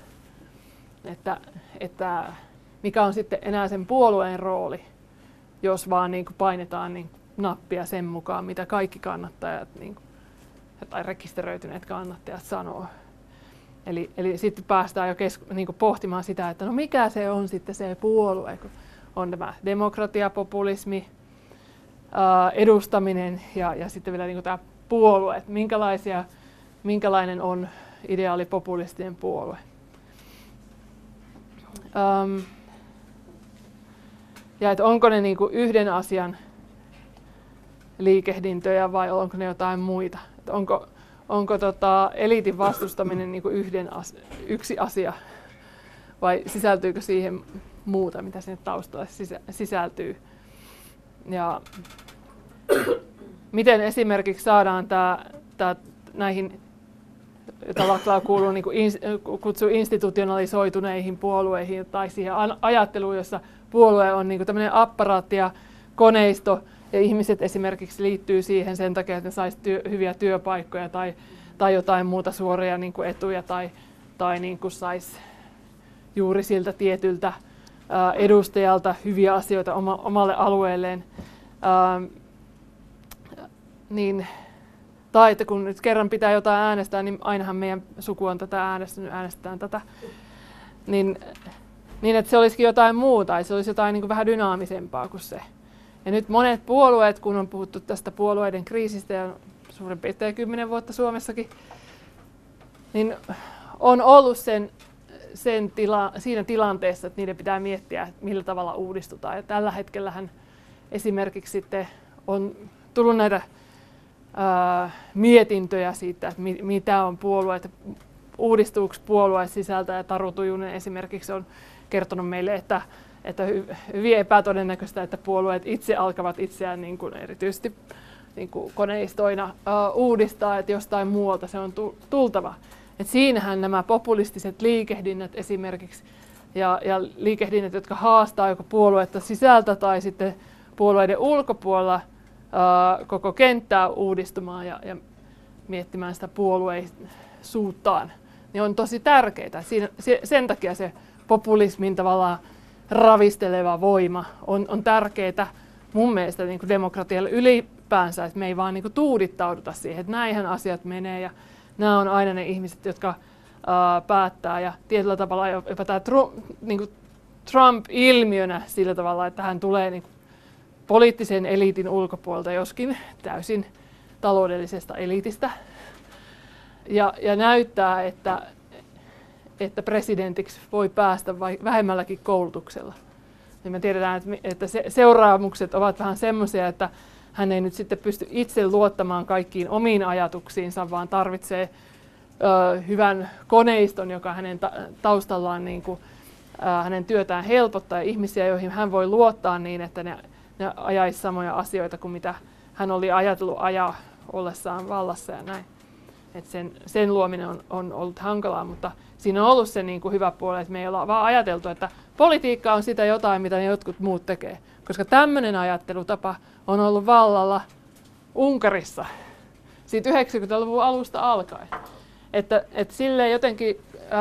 Että mikä on sitten enää sen puolueen rooli, jos vaan niin kuin painetaan niin kuin nappia sen mukaan, mitä kaikki kannattajat niin kuin, tai rekisteröityneet kannattajat sanoo. Eli sitten päästään jo niin kuin pohtimaan sitä, että no mikä se on sitten se puolue, kun on tämä demokratia, populismi, edustaminen ja sitten vielä niin kuin tämä puolue, että minkälainen on ideaalipopulistinen puolue. Ja että onko ne niin kuin yhden asian liikehdintöjä vai onko ne jotain muita. Että onko eliitin vastustaminen niin kuin yksi asia vai sisältyykö siihen muuta, mitä sinne taustalle sisältyy. Ja miten esimerkiksi saadaan tämä näihin, jota Laklaa kuuluu, niin kutsuu institutionalisoituneihin puolueihin tai siihen ajatteluun, jossa puolue on niin tämmöinen apparaatti ja koneisto, ja ihmiset esimerkiksi liittyy siihen sen takia, että ne saisi hyviä työpaikkoja tai jotain muuta suoria niin kuin etuja tai niin kuin saisi juuri siltä tietyltä edustajalta hyviä asioita omalle alueelleen. Niin, tai että kun nyt kerran pitää jotain äänestää, niin ainahan meidän suku on tätä äänestänyt, äänestetään tätä. Niin että se olisikin jotain muuta, tai se olisi jotain niin kuin vähän dynaamisempaa kuin se. Ja nyt monet puolueet, kun on puhuttu tästä puolueiden kriisistä ja suurin piirtein 10 vuotta Suomessakin, niin on ollut siinä tilanteessa, että niiden pitää miettiä, että millä tavalla uudistutaan. Ja tällä hetkellähän esimerkiksi sitten on tullut näitä mietintöjä siitä, että mitä on puolueet, uudistuuko puolueen sisältä, ja Taru Tujunen esimerkiksi on kertonut meille, että hyvin epätodennäköistä, että puolueet itse alkavat itseään niin kuin erityisesti niin kuin koneistoina uudistaa, että jostain muualta se on tultava. Et siinähän nämä populistiset liikehdinnät esimerkiksi ja liikehdinnät, jotka haastaa joko puoluetta sisältä tai sitten puolueiden ulkopuolella koko kenttää uudistumaan ja miettimään sitä puolueisuuttaan, niin on tosi tärkeää. Sen takia se populismin tavallaan ravisteleva voima on tärkeää mun mielestä niin kuin demokratialle ylipäänsä, että me ei vaan niin kuin tuudittauduta siihen, että näinhän asiat menee ja nämä on aina ne ihmiset, jotka päättää, ja tietyllä tavalla jopa tämä niin kuin Trump-ilmiönä sillä tavalla, että hän tulee niin kuin poliittisen eliitin ulkopuolelta, joskin täysin taloudellisesta eliitistä, ja näyttää, että presidentiksi voi päästä vähemmälläkin koulutuksella. Ja me tiedetään, että seuraamukset ovat vähän semmoisia, että hän ei nyt sitten pysty itse luottamaan kaikkiin omiin ajatuksiinsa, vaan tarvitsee hyvän koneiston, joka hänen taustallaan niin kuin, hänen työtään helpottaa, ja ihmisiä, joihin hän voi luottaa niin, että ne ajaisi samoja asioita kuin mitä hän oli ajatellut ajaa ollessaan vallassa ja näin. Et sen luominen on ollut hankalaa, mutta siinä on ollut se niin kuin hyvä puoli, että me ei olla vaan ajateltu, että politiikka on sitä jotain, mitä ne jotkut muut tekee. Koska tämmöinen ajattelutapa on ollut vallalla Unkarissa siitä 90-luvun alusta alkaen. Että silleen jotenkin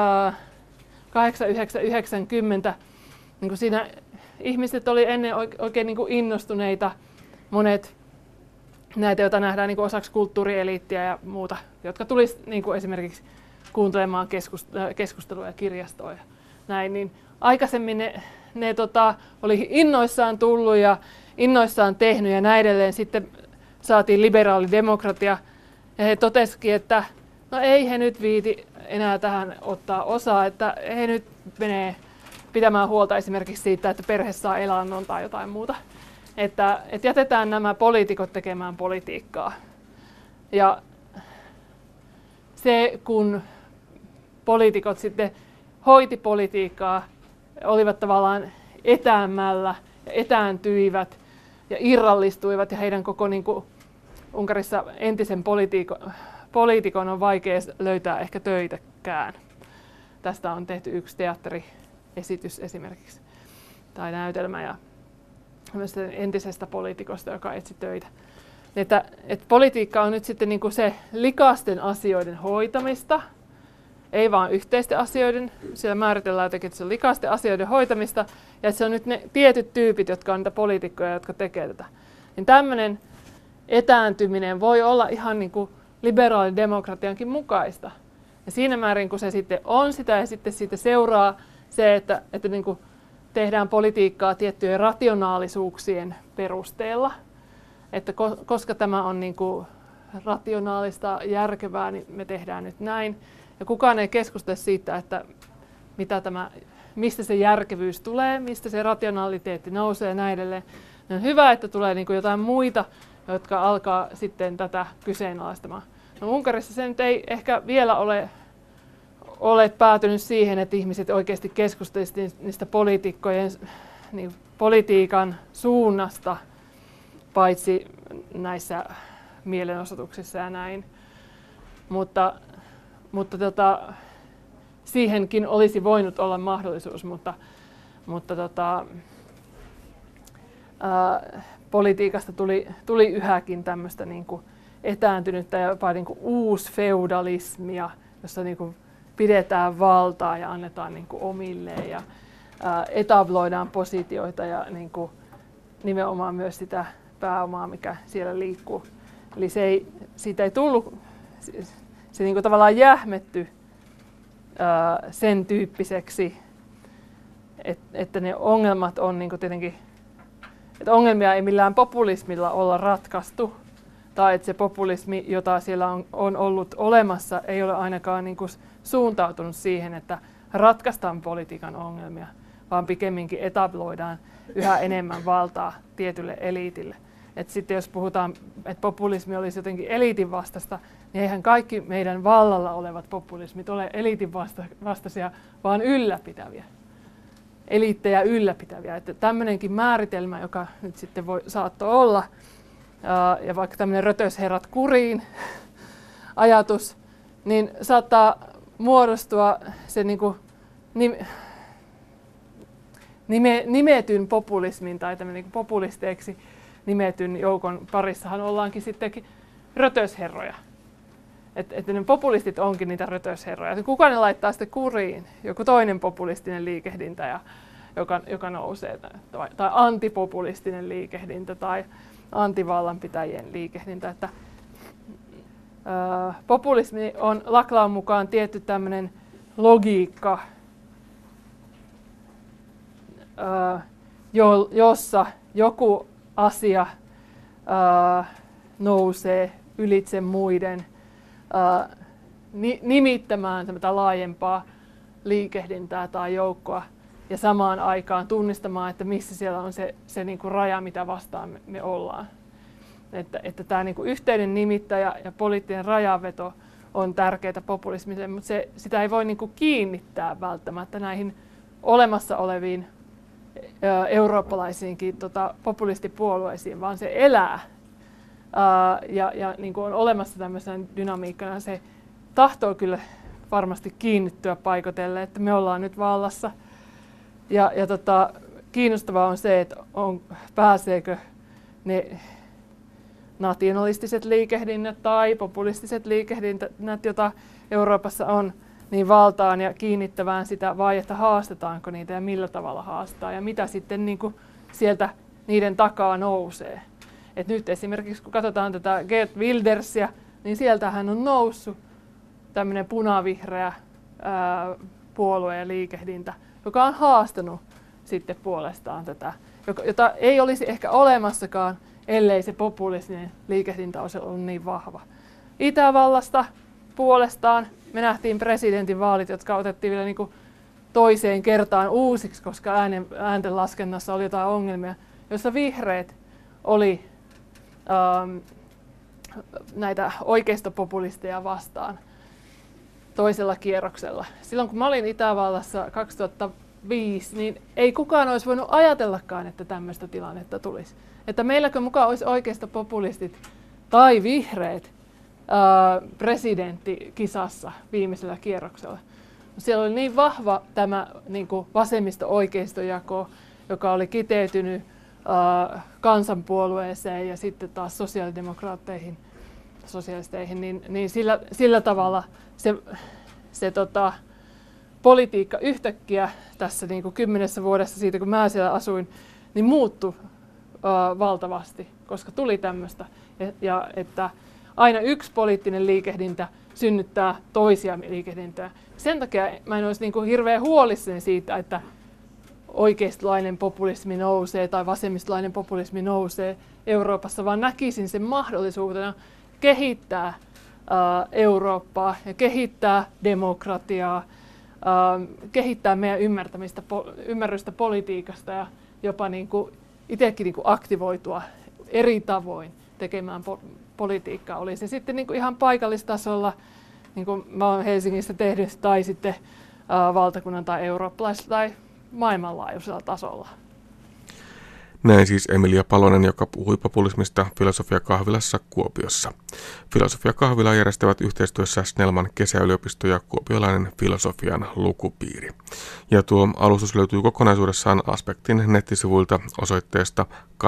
89-90 niin kuin siinä ihmiset oli ennen oikein niin kuin innostuneita, monet näitä, joita nähdään niin kuin osaksi kulttuurieliittiä ja muuta, jotka tulisi niin kuin esimerkiksi kuuntelemaan keskustelua ja kirjastoa ja näin, niin aikaisemmin ne oli innoissaan tullut ja innoissaan tehnyt ja näin edelleen. Sitten saatiin liberaali demokratia ja he totesikin, että no ei he nyt viiti enää tähän ottaa osaa, että he nyt menee pitämään huolta esimerkiksi siitä, että perhe saa elannon tai jotain muuta. Että jätetään nämä poliitikot tekemään politiikkaa. Ja se, kun poliitikot sitten hoiti politiikkaa, olivat tavallaan etäämmällä ja etääntyivät ja irrallistuivat, ja heidän koko niin kuin Unkarissa entisen poliitikon on vaikea löytää ehkä töitäkään. Tästä on tehty yksi teatteriesitys esimerkiksi, tai näytelmä, ja entisestä poliitikosta, joka etsi töitä. Että politiikka on nyt sitten niin kuin se likaisten asioiden hoitamista, ei vaan yhteisten asioiden, siellä määritellään jotenkin, että se on likaisten asioiden hoitamista, ja että se on nyt ne tietyt tyypit, jotka on niitä poliitikkoja, jotka tekee tätä. Niin tämmöinen etääntyminen voi olla ihan niin kuin liberaalin demokratiankin mukaista. Ja siinä määrin, kun se sitten on sitä, ja sitten siitä seuraa se, että niin kuin tehdään politiikkaa tiettyjen rationaalisuuksien perusteella, että koska tämä on niin kuin rationaalista, järkevää, niin me tehdään nyt näin. Ja kukaan ei keskustele siitä, että mistä se järkevyys tulee, mistä se rationaliteetti nousee ja näin edelleen. On hyvä, että tulee niin kuin jotain muita, jotka alkaa sitten tätä kyseenalaistamaan. No Unkarissa se nyt ei ehkä vielä ole päätynyt siihen, että ihmiset oikeasti keskustelisivat niistä politiikan suunnasta, paitsi näissä mielenosoituksissa ja näin. Mutta siihenkin olisi voinut olla mahdollisuus, mutta politiikasta tuli yhäkin tämmöistä niin kuin etääntynyttä ja jopa niin kuin uusfeudalismia, jossa niin kuin pidetään valtaa ja annetaan niin kuin omilleen ja etabloidaan positioita ja niin kuin nimenomaan myös sitä pääomaa, mikä siellä liikkuu. Eli siitä ei tullut, se niin kuin tavallaan jähmetty sen tyyppiseksi, että ne ongelmat on niin kuin tietenkin, että ongelmia ei millään populismilla olla ratkaistu, tai että se populismi, jota siellä on ollut olemassa, ei ole ainakaan niin kuin suuntautunut siihen, että ratkaistaan politiikan ongelmia, vaan pikemminkin etabloidaan yhä enemmän valtaa tietylle eliitille. Et sitten jos puhutaan, että populismi olisi jotenkin eliitin vastaista, niin eihän kaikki meidän vallalla olevat populismit ole eliitin vastaisia, vaan ylläpitäviä. Eliittejä ylläpitäviä. Että tämmöinenkin määritelmä, joka nyt sitten saattoi olla, ja vaikka tämmöinen rötösherrat kuriin ajatus, niin saattaa muodostua se niin kuin nimetyn populismin tai tämmöinen niin populisteiksi nimetyn joukon parissahan ollaankin sittenkin rötösherroja. Että ne populistit onkin niitä rötösherroja. Kuka ne laittaa sitten kuriin? Joku toinen populistinen liikehdintä, joka nousee, tai antipopulistinen liikehdintä tai antivallanpitäjien liikehdintä. Että, populismi on Laclaun mukaan tietty tämmöinen logiikka, jossa joku asia nousee ylitse muiden nimittämään tämmöistä laajempaa liikehdintää tai joukkoa ja samaan aikaan tunnistamaan, että missä siellä on se niin kuin raja, mitä vastaan me ollaan. Että tämä niin kuin yhteinen nimittäjä ja poliittinen rajanveto on tärkeää populismille, mutta sitä ei voi niin kuin kiinnittää välttämättä näihin olemassa oleviin eurooppalaisiinkin populistipuolueisiin, vaan se elää ja niin kuin on olemassa tämmöisenä dynamiikkana. Se tahtoo kyllä varmasti kiinnittyä paikotelle, että me ollaan nyt vallassa. Ja kiinnostavaa on se, että pääseekö ne nationalistiset liikehdinnät tai populistiset liikehdinnät, joita Euroopassa on, niin valtaan ja kiinnittävään sitä, vai että haastetaanko niitä ja millä tavalla haastaa ja mitä sitten niin kuin sieltä niiden takaa nousee. Et nyt esimerkiksi kun katsotaan tätä Geert Wildersia, niin sieltähän on noussut tämmöinen punavihreä puolue ja liikehdintä, joka on haastanut sitten puolestaan tätä, jota ei olisi ehkä olemassakaan, ellei se populistinen liikehdintä olisi ollut niin vahva. Itävallasta puolestaan me nähtiin presidentinvaalit, jotka otettiin vielä niin kuin toiseen kertaan uusiksi, koska äänten laskennassa oli jotain ongelmia, jossa vihreät oli näitä oikeistopopulisteja vastaan toisella kierroksella. Silloin kun mä olin Itävallassa 2005, niin ei kukaan olisi voinut ajatellakaan, että tämmöistä tilannetta tulisi. Että meilläkö mukaan olisi oikeistopopulistit tai vihreät presidenttikisassa viimeisellä kierroksella. Siellä oli niin vahva tämä niin kuin vasemmisto-oikeistojako, joka oli kiteytynyt kansanpuolueeseen ja sitten taas sosialisteihin, niin sillä tavalla se politiikka yhtäkkiä tässä niin kuin 10 vuodessa siitä, kun mä siellä asuin, niin muuttui valtavasti, koska tuli tämmöistä, ja että aina yksi poliittinen liikehdintä synnyttää toisia liikehdintöjä. Sen takia mä en olisi niin kuin hirveän huolissani siitä, että oikeistolainen populismi nousee tai vasemmistolainen populismi nousee Euroopassa, vaan näkisin sen mahdollisuutena kehittää Eurooppaa ja kehittää demokratiaa, kehittää meidän ymmärrystä politiikasta ja jopa niin kuin itsekin niin kuin aktivoitua eri tavoin tekemään politiikka, oli se sitten niin kuin ihan paikallistasolla, niin kuin mä oon Helsingissä tehnyt, tai sitten valtakunnan tai eurooppalaisella tai maailmanlaajuisella tasolla. Näin siis Emilia Palonen, joka puhui populismista Filosofiakahvilassa Kuopiossa. Filosofiakahvilaa järjestävät yhteistyössä Snellman kesäyliopisto ja kuopiolainen filosofian lukupiiri. Ja tuo alustus löytyy kokonaisuudessaan Aspektin nettisivuilta osoitteesta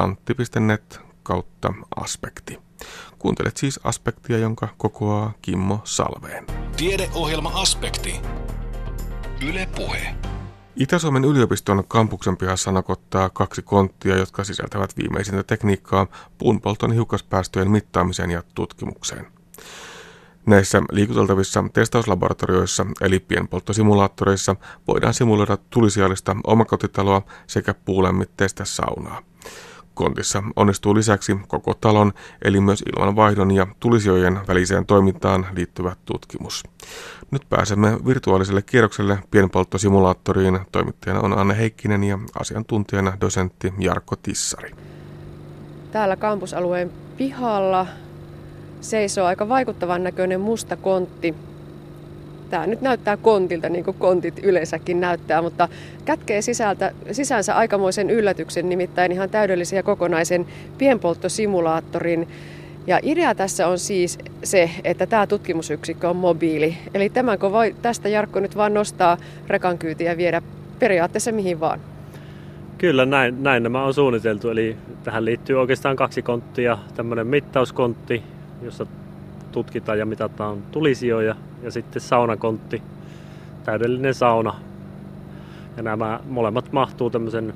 kantti.net/aspekti. Kuuntelet siis Aspektia, jonka kokoaa Kimmo Salveen. Tiedeohjelma Aspekti. Yle Puhe. Itä-Suomen yliopiston kampuksen pihassa nakottaa 2 konttia, jotka sisältävät viimeisintä tekniikkaa puunpolton hiukkaspäästöjen mittaamiseen ja tutkimukseen. Näissä liikuteltavissa testauslaboratorioissa eli pienpolttosimulaattoreissa voidaan simuloida tulisijallista omakotitaloa sekä puulämmitteistä saunaa. Kontissa onnistuu lisäksi koko talon eli myös ilmanvaihdon ja tulisijojen väliseen toimintaan liittyvä tutkimus. Nyt pääsemme virtuaaliselle kierrokselle pienpolttosimulaattoriin. Toimittajana on Anne Heikkinen ja asiantuntijana dosentti Jarkko Tissari. Täällä kampusalueen pihalla seisoo aika vaikuttavan näköinen musta kontti. Tämä nyt näyttää kontilta, niin kuin kontit yleensäkin näyttää, mutta kätkee sisäänsä aikamoisen yllätyksen, nimittäin ihan täydellisen ja kokonaisen pienpolttosimulaattorin. Ja idea tässä on siis se, että tämä tutkimusyksikkö on mobiili. Eli tämänkö voi tästä Jarkko nyt vaan nostaa rekan kyytiä ja viedä periaatteessa mihin vaan? Kyllä, näin nämä on suunniteltu. Eli tähän liittyy oikeastaan 2 konttia. Tämmöinen mittauskontti, jossa tutkitaan ja mitataan tulisijoja, ja sitten saunakontti, täydellinen sauna. Ja nämä molemmat mahtuu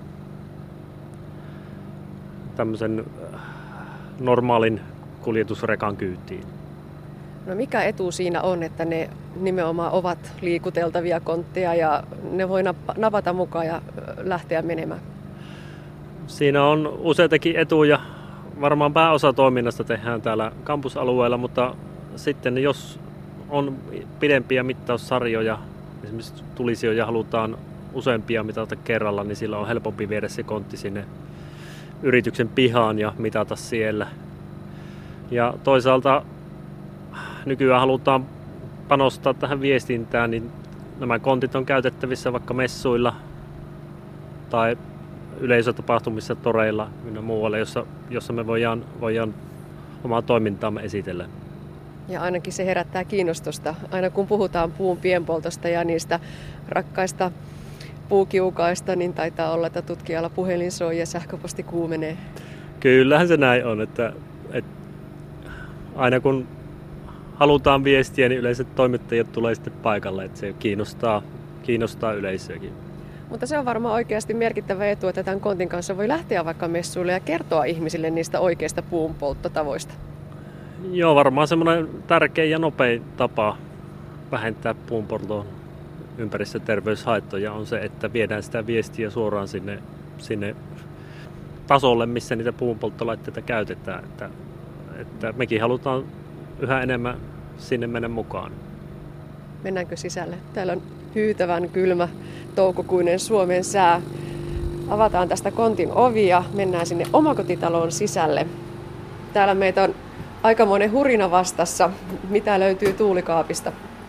tämmöisen normaalin kuljetusrekan kyytiin. No mikä etu siinä on, että ne nimenomaan ovat liikuteltavia kontteja ja ne voi napata mukaan ja lähteä menemään? Siinä on useitakin etuja. Varmaan pääosa toiminnasta tehdään täällä kampusalueella, mutta sitten jos on pidempiä mittaussarjoja, esimerkiksi tulisijoja halutaan useampia mitata kerralla, niin sillä on helpompi viedä se kontti sinne yrityksen pihaan ja mitata siellä. Ja toisaalta nykyään halutaan panostaa tähän viestintään, niin nämä kontit on käytettävissä vaikka messuilla tai yleisötapahtumissa, toreilla ynnä muualle, jossa me voidaan omaa toimintaamme esitellä. Ja ainakin se herättää kiinnostusta. Aina kun puhutaan puun pienpoltosta ja niistä rakkaista puukiukaista, niin taitaa olla, että tutkijalla puhelin soi ja sähköposti kuumenee. Kyllähän se näin on, että aina kun halutaan viestiä, niin yleensä toimittajat tulee sitten paikalle, että se kiinnostaa yleisöäkin. Mutta se on varmaan oikeasti merkittävä etu, että tämän kontin kanssa voi lähteä vaikka messuille ja kertoa ihmisille niistä oikeista puunpolttotavoista. Joo, varmaan semmoinen tärkein ja nopein tapa vähentää puunpolton ympäristöterveyshaittoja on se, että viedään sitä viestiä suoraan sinne tasolle, missä niitä puunpolttolaitteita käytetään. Että mekin halutaan yhä enemmän sinne mennä mukaan. Mennäänkö sisälle? Täällä on hyytävän kylmä toukokuinen Suomen sää. Avataan tästä kontin ovi ja mennään sinne omakotitaloon sisälle. Täällä meitä on aikamoinen hurina vastassa. Mitä löytyy tuulikaapista?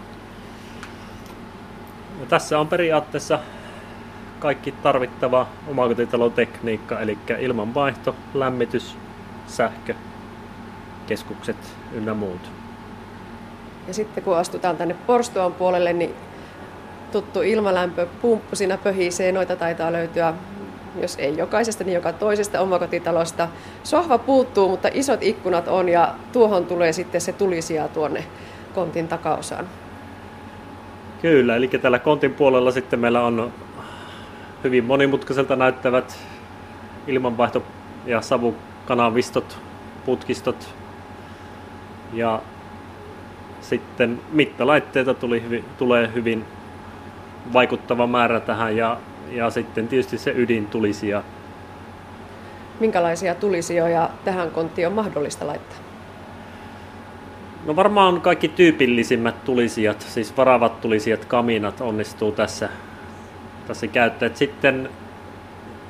No, tässä on periaatteessa kaikki tarvittava omakotitalotekniikka, eli ilmanvaihto, lämmitys, sähkö, keskukset ynnä muut. Ja sitten kun astutaan tänne porstuan puolelle, niin tuttu ilmalämpöpumppu siinä pöhisee. Noita taitaa löytyä, jos ei jokaisesta, niin joka toisesta omakotitalosta. Sohva puuttuu, mutta isot ikkunat on ja tuohon tulee sitten se tulisija tuonne kontin takaosaan. Kyllä, eli tällä kontin puolella sitten meillä on hyvin monimutkaiselta näyttävät ilmanvaihto- ja savukanavistot, putkistot ja sitten mittalaitteita tulee hyvin vaikuttava määrä tähän ja sitten tietysti se ydintulisija. Minkälaisia tulisijoja tähän konttiin on mahdollista laittaa? No varmaan kaikki tyypillisimmät tulisijat, siis varavat tulisijat, kaminat onnistuu tässä käyttää. Sitten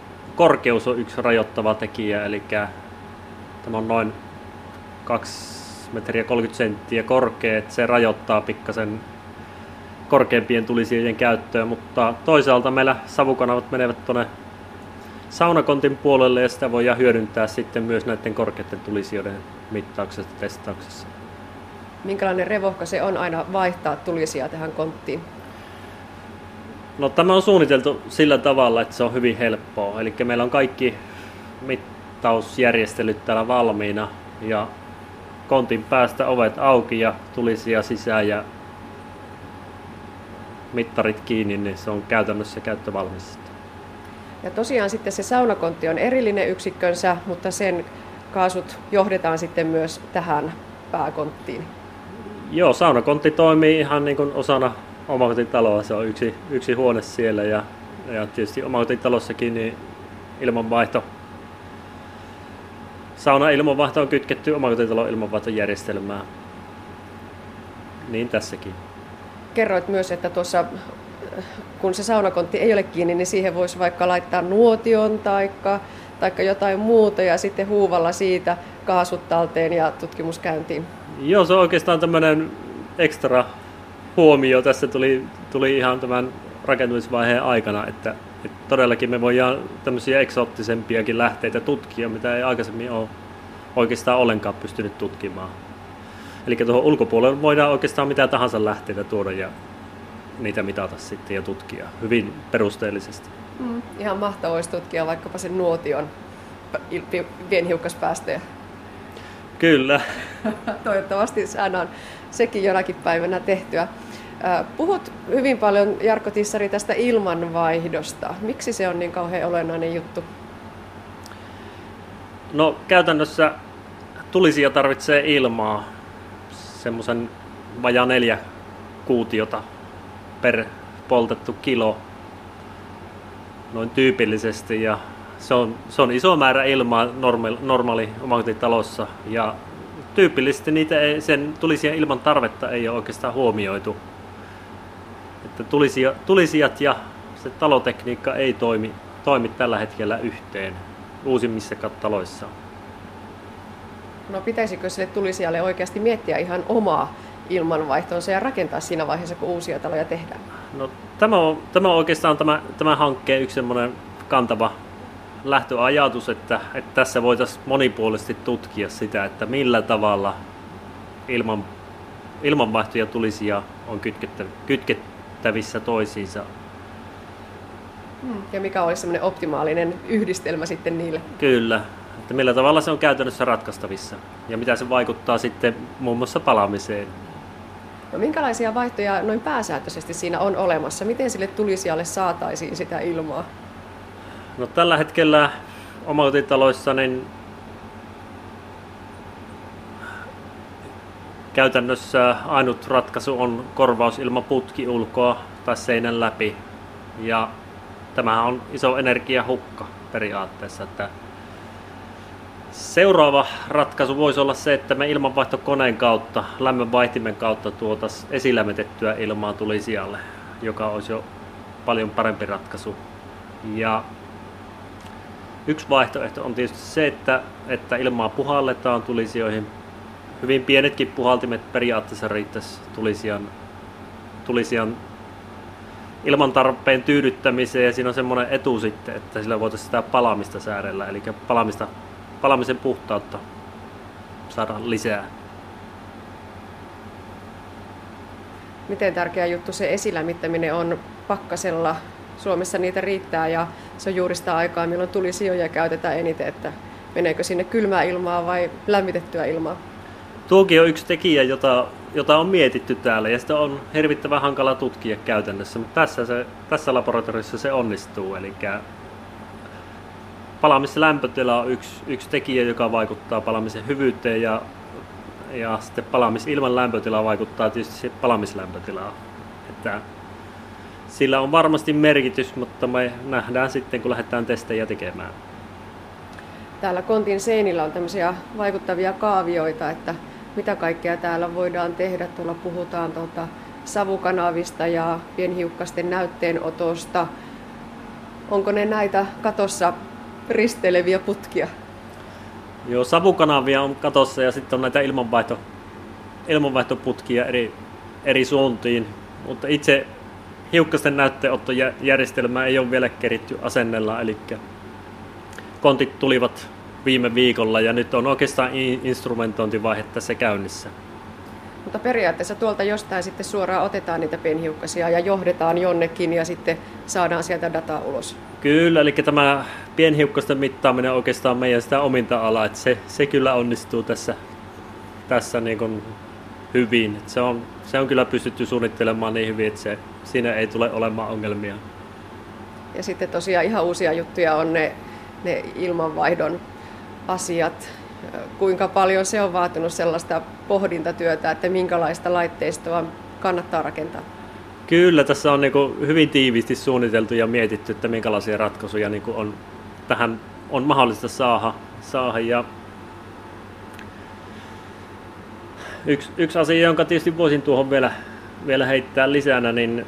korkeus on yksi rajoittava tekijä, eli tämä on noin metriä 30 senttiä korkea, että se rajoittaa pikkasen korkeampien tulisijojen käyttöä, mutta toisaalta meillä savukanavat menevät tuonne saunakontin puolelle ja sitä voidaan hyödyntää sitten myös näiden korkeiden tulisijoiden mittauksessa ja testauksessa. Minkälainen revohka se on aina vaihtaa tulisijaa tähän konttiin? No, tämä on suunniteltu sillä tavalla, että se on hyvin helppoa. Eli meillä on kaikki mittausjärjestelyt täällä valmiina ja kontin päästä ovet auki ja tulisija sisään ja mittarit kiinni, niin se on käytännössä käyttövalmis. Ja tosiaan sitten se saunakontti on erillinen yksikkönsä, mutta sen kaasut johdetaan sitten myös tähän pääkonttiin. Joo, saunakontti toimii ihan niin kuin osana omakotitaloa. Se on yksi huone siellä ja tietysti omakotitalossakin niin saunan ilmanvaihto on kytketty omakotitalon ilmanvaihtojärjestelmään. Niin tässäkin. Kerroit myös, että tuossa kun se saunakontti ei ole kiinni, niin siihen voisi vaikka laittaa nuotion taikka jotain muuta ja sitten huuvalla siitä kaasut talteen ja tutkimuskäyntiin. Joo, se on oikeastaan tämmöinen ekstra huomio. Tässä tuli ihan tämän rakentamisvaiheen aikana, että todellakin me voidaan tämmöisiä eksoottisempiakin lähteitä tutkia, mitä ei aikaisemmin ole oikeastaan ollenkaan pystynyt tutkimaan. Eli tuohon ulkopuolelle voidaan oikeastaan mitä tahansa lähteitä tuoda ja niitä mitata sitten ja tutkia hyvin perusteellisesti. Ihan mahtavaa olisi tutkia vaikkapa sen nuotion pienhiukkaspäästöjä. Kyllä. Toivottavasti saadaan sekin jonakin päivänä tehtyä. Puhut hyvin paljon, Jarkko Tissari, tästä ilmanvaihdosta. Miksi se on niin kauhean olennainen juttu? No, käytännössä tulisija tarvitsee ilmaa, semmoisen vajaa 4 kuutiota per poltettu kilo noin tyypillisesti, ja se on iso määrä ilmaa normaali omakotitalossa, ja tyypillisesti sen tulisijan ilman tarvetta ei ole oikeastaan huomioitu. Että tulisijat ja se talotekniikka ei toimi tällä hetkellä yhteen uusimmissakaan taloissa. No, pitäisikö sille tulisijalle oikeasti miettiä ihan omaa ilmanvaihtonsa ja rakentaa siinä vaiheessa, kun uusia taloja tehdään? No, tämä on oikeastaan tämä hankkeen yksi semmoinen kantava lähtöajatus, että tässä voitaisiin monipuolisesti tutkia sitä, että millä tavalla ilmanvaihto ja tulisija on kytkettävissä toisiinsa. Ja mikä olisi semmoinen optimaalinen yhdistelmä sitten niille? Kyllä, että millä tavalla se on käytännössä ratkaistavissa ja mitä se vaikuttaa sitten muun muassa palamiseen. No, minkälaisia vaihtoja noin pääsääntöisesti siinä on olemassa? Miten sille tulisijalle saataisiin sitä ilmaa? No, tällä hetkellä omakotitaloissa niin käytännössä ainut ratkaisu on korvaus ilman putkiulkoa tai seinän läpi. Ja tämähän on iso energiahukka periaatteessa. Että seuraava ratkaisu voisi olla se, että me ilmanvaihtokoneen kautta, lämmönvaihtimen kautta tuotaisiin esilämmitettyä ilmaa tulisijalle, joka olisi jo paljon parempi ratkaisu. Ja yksi vaihtoehto on tietysti se, että ilmaa puhalletaan tulisijoihin. Hyvin pienetkin puhaltimet periaatteessa riittäisi tulisijan ilman tarpeen tyydyttämiseen, ja siinä on semmoinen etu sitten, että sillä voitaisiin sitä palamista säädellä, eli palamisen puhtautta saada lisää. Miten tärkeä juttu se esilämmittäminen on pakkasella? Suomessa niitä riittää ja se on juuri sitä aikaa, milloin tulisijoja käytetään eniten, että meneekö sinne kylmää ilmaa vai lämmitettyä ilmaa? Tuokin on yksi tekijä, jota on mietitty täällä, ja sitä on hirvittävän hankala tutkia käytännössä, mutta tässä laboratoriossa se onnistuu. Eli palamisen lämpötila on yksi tekijä, joka vaikuttaa palamisen hyvyyteen, ja sitten ilman lämpötilaa vaikuttaa tietysti palamislämpötilaan. Että sillä on varmasti merkitys, mutta me nähdään sitten, kun lähdetään testejä tekemään. Täällä kontin seinillä on tämmöisiä vaikuttavia kaavioita, että mitä kaikkea täällä voidaan tehdä. Tuolla puhutaan savukanavista ja pienhiukkasten näytteenotosta. Onko ne näitä katossa risteileviä putkia? Joo, savukanavia on katossa ja sitten on näitä ilmanvaihtoputkia eri suuntiin, mutta itse hiukkasten näytteenottojärjestelmää ei ole vielä keritty asennella, eli kontit tulivat viime viikolla ja nyt on oikeastaan instrumentointivaihe tässä käynnissä. Mutta periaatteessa tuolta jostain sitten suoraan otetaan niitä pienhiukkasia ja johdetaan jonnekin ja sitten saadaan sieltä dataa ulos. Kyllä, eli tämä pienhiukkasten mittaaminen on oikeastaan meidän sitä ominta-alaa, että se kyllä onnistuu tässä niin kuin hyvin. Se on kyllä pystytty suunnittelemaan niin hyvin, että siinä ei tule olemaan ongelmia. Ja sitten tosiaan ihan uusia juttuja on ne ilmanvaihdon asiat. Kuinka paljon se on vaatinut sellaista pohdintatyötä, että minkälaista laitteistoa kannattaa rakentaa? Kyllä, tässä on niin kuin hyvin tiiviisti suunniteltu ja mietitty, että minkälaisia ratkaisuja niin kuin tähän on mahdollista saada. Ja yksi asia, jonka tietysti voisin tuohon vielä heittää lisänä, niin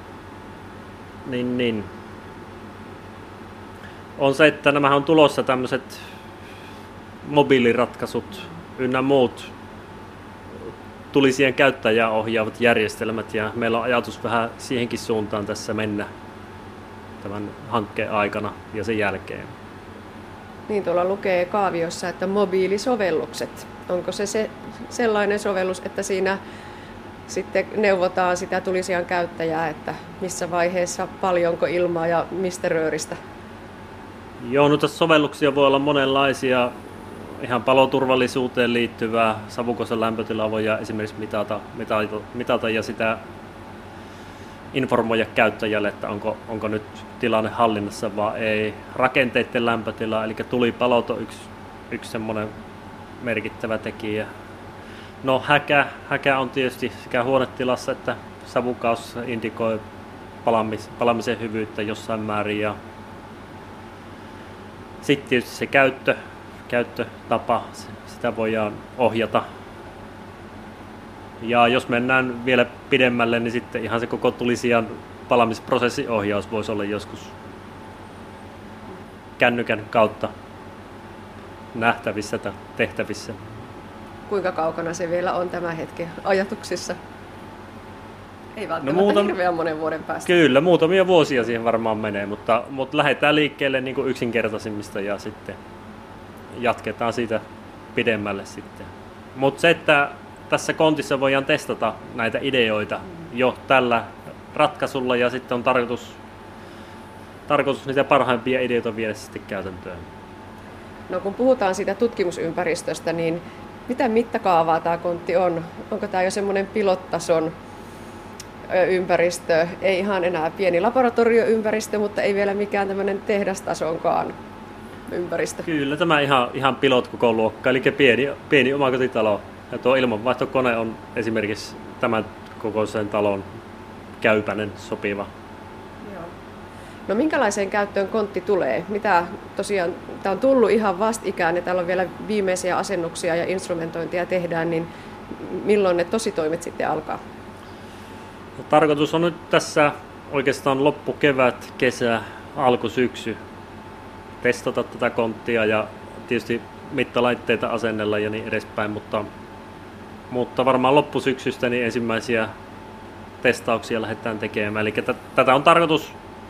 on se, että nämä on tulossa tämmöiset mobiiliratkaisut ynnä muut tulisien käyttäjää ohjaavat järjestelmät, ja meillä on ajatus vähän siihenkin suuntaan tässä mennä tämän hankkeen aikana ja sen jälkeen. Niin, tuolla lukee kaaviossa, että mobiilisovellukset. Onko se sellainen sovellus, että siinä sitten neuvotaan sitä tulisijan käyttäjää, että missä vaiheessa, paljonko ilmaa ja mistä rööristä? Joo, no tässä sovelluksia voi olla monenlaisia. Ihan paloturvallisuuteen liittyvää, savukoisen lämpötilaa voidaan esimerkiksi mitata ja sitä informoida käyttäjälle, että onko nyt tilanne hallinnassa vai ei. Rakenteiden lämpötila, eli tulipalot on yksi semmoinen merkittävä tekijä. No häkä on tietysti sekä huonetilassa että savukaus indikoi palamisen hyvyyttä jossain määrin. Ja sitten tietysti se käyttötapa, sitä voidaan ohjata. Ja jos mennään vielä pidemmälle, niin sitten ihan se koko tulisijan palamisprosessiohjaus voisi olla joskus kännykän kautta nähtävissä tai tehtävissä. Kuinka kaukana se vielä on tämän hetken ajatuksissa? Ei välttämättä hirveän monen vuoden päästä. Kyllä, muutamia vuosia siihen varmaan menee, mutta lähdetään liikkeelle niin kuin yksinkertaisimmista ja sitten jatketaan siitä pidemmälle sitten. Mutta se, että tässä kontissa voidaan testata näitä ideoita jo tällä ratkaisulla ja sitten on tarkoitus niitä parhaimpia ideoita viedä sitten käytäntöön. No kun puhutaan siitä tutkimusympäristöstä, niin mitä mittakaavaa tämä kontti on? Onko tämä jo semmoinen pilottason ympäristö? Ei ihan enää pieni laboratorioympäristö, mutta ei vielä mikään tämmöinen tehdastasonkaan ympäristö. Kyllä, tämä ihan pilot koko luokka, eli pieni omakotitalo. Ja tuo ilmanvaihtokone on esimerkiksi tämän kokoisen talon käypäinen, sopiva. Joo. No minkälaiseen käyttöön kontti tulee? Mitä tosiaan, tämä on tullut ihan vastikään ja täällä on vielä viimeisiä asennuksia ja instrumentointia tehdään, niin milloin ne tositoimet sitten alkaa? No, tarkoitus on nyt tässä oikeastaan loppukevät, kesä, alkusyksy testata tätä konttia ja tietysti mittalaitteita asennella ja niin edespäin, mutta varmaan loppusyksystä niin ensimmäisiä testauksia lähdetään tekemään. Eli tätä on tarkoitus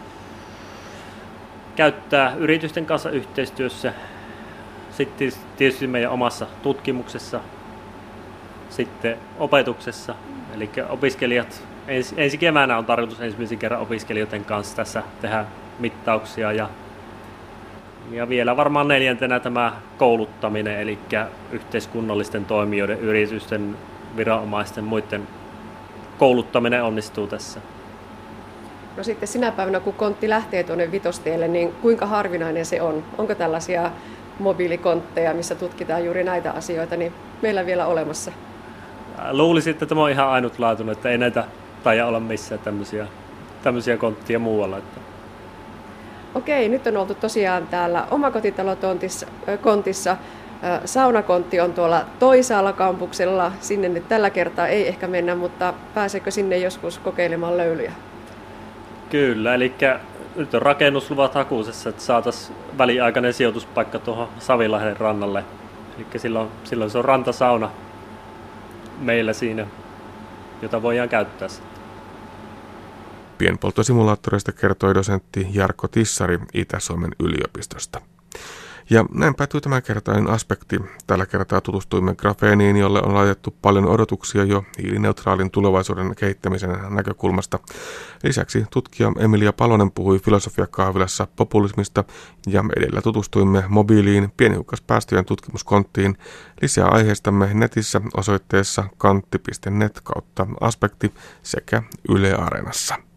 käyttää yritysten kanssa yhteistyössä, sitten tietysti meidän omassa tutkimuksessa, sitten opetuksessa. Eli opiskelijat, ensi keväänä on tarkoitus ensimmäisen kerran opiskelijoiden kanssa tässä tehdä mittauksia ja vielä varmaan 4. tämä kouluttaminen, eli yhteiskunnallisten toimijoiden, yritysten, viranomaisten, muiden kouluttaminen onnistuu tässä. No sitten sinä päivänä, kun kontti lähtee tuonne Vitostielle, niin kuinka harvinainen se on? Onko tällaisia mobiilikontteja, missä tutkitaan juuri näitä asioita, niin meillä vielä olemassa? Luulisin, että tämä on ihan ainutlaatuinen, että ei näitä taida olla missään tämmöisiä konttia muualla. Okei, nyt on oltu tosiaan täällä omakotitalokontissa. Saunakontti on tuolla toisaalla kampuksella. Sinne nyt tällä kertaa ei ehkä mennä, mutta pääseekö sinne joskus kokeilemaan löylyjä? Kyllä, eli nyt on rakennusluvat hakuisessa, että saataisiin väliaikainen sijoituspaikka tuohon Savilahden rannalle. Eli silloin se on rantasauna meillä siinä, jota voidaan käyttää sitten. Pienpolttosimulaattoreista kertoi dosentti Jarkko Tissari Itä-Suomen yliopistosta. Ja näin päätyy tämänkertainen aspekti. Tällä kertaa tutustuimme grafeeniin, jolle on laitettu paljon odotuksia jo hiilineutraalin tulevaisuuden kehittämisen näkökulmasta. Lisäksi tutkija Emilia Palonen puhui filosofiakahvilassa populismista ja edellä tutustuimme mobiiliin pienhiukkaspäästöjen tutkimuskonttiin. Lisää aiheistamme netissä osoitteessa kantti.net/aspekti sekä Yle Areenassa.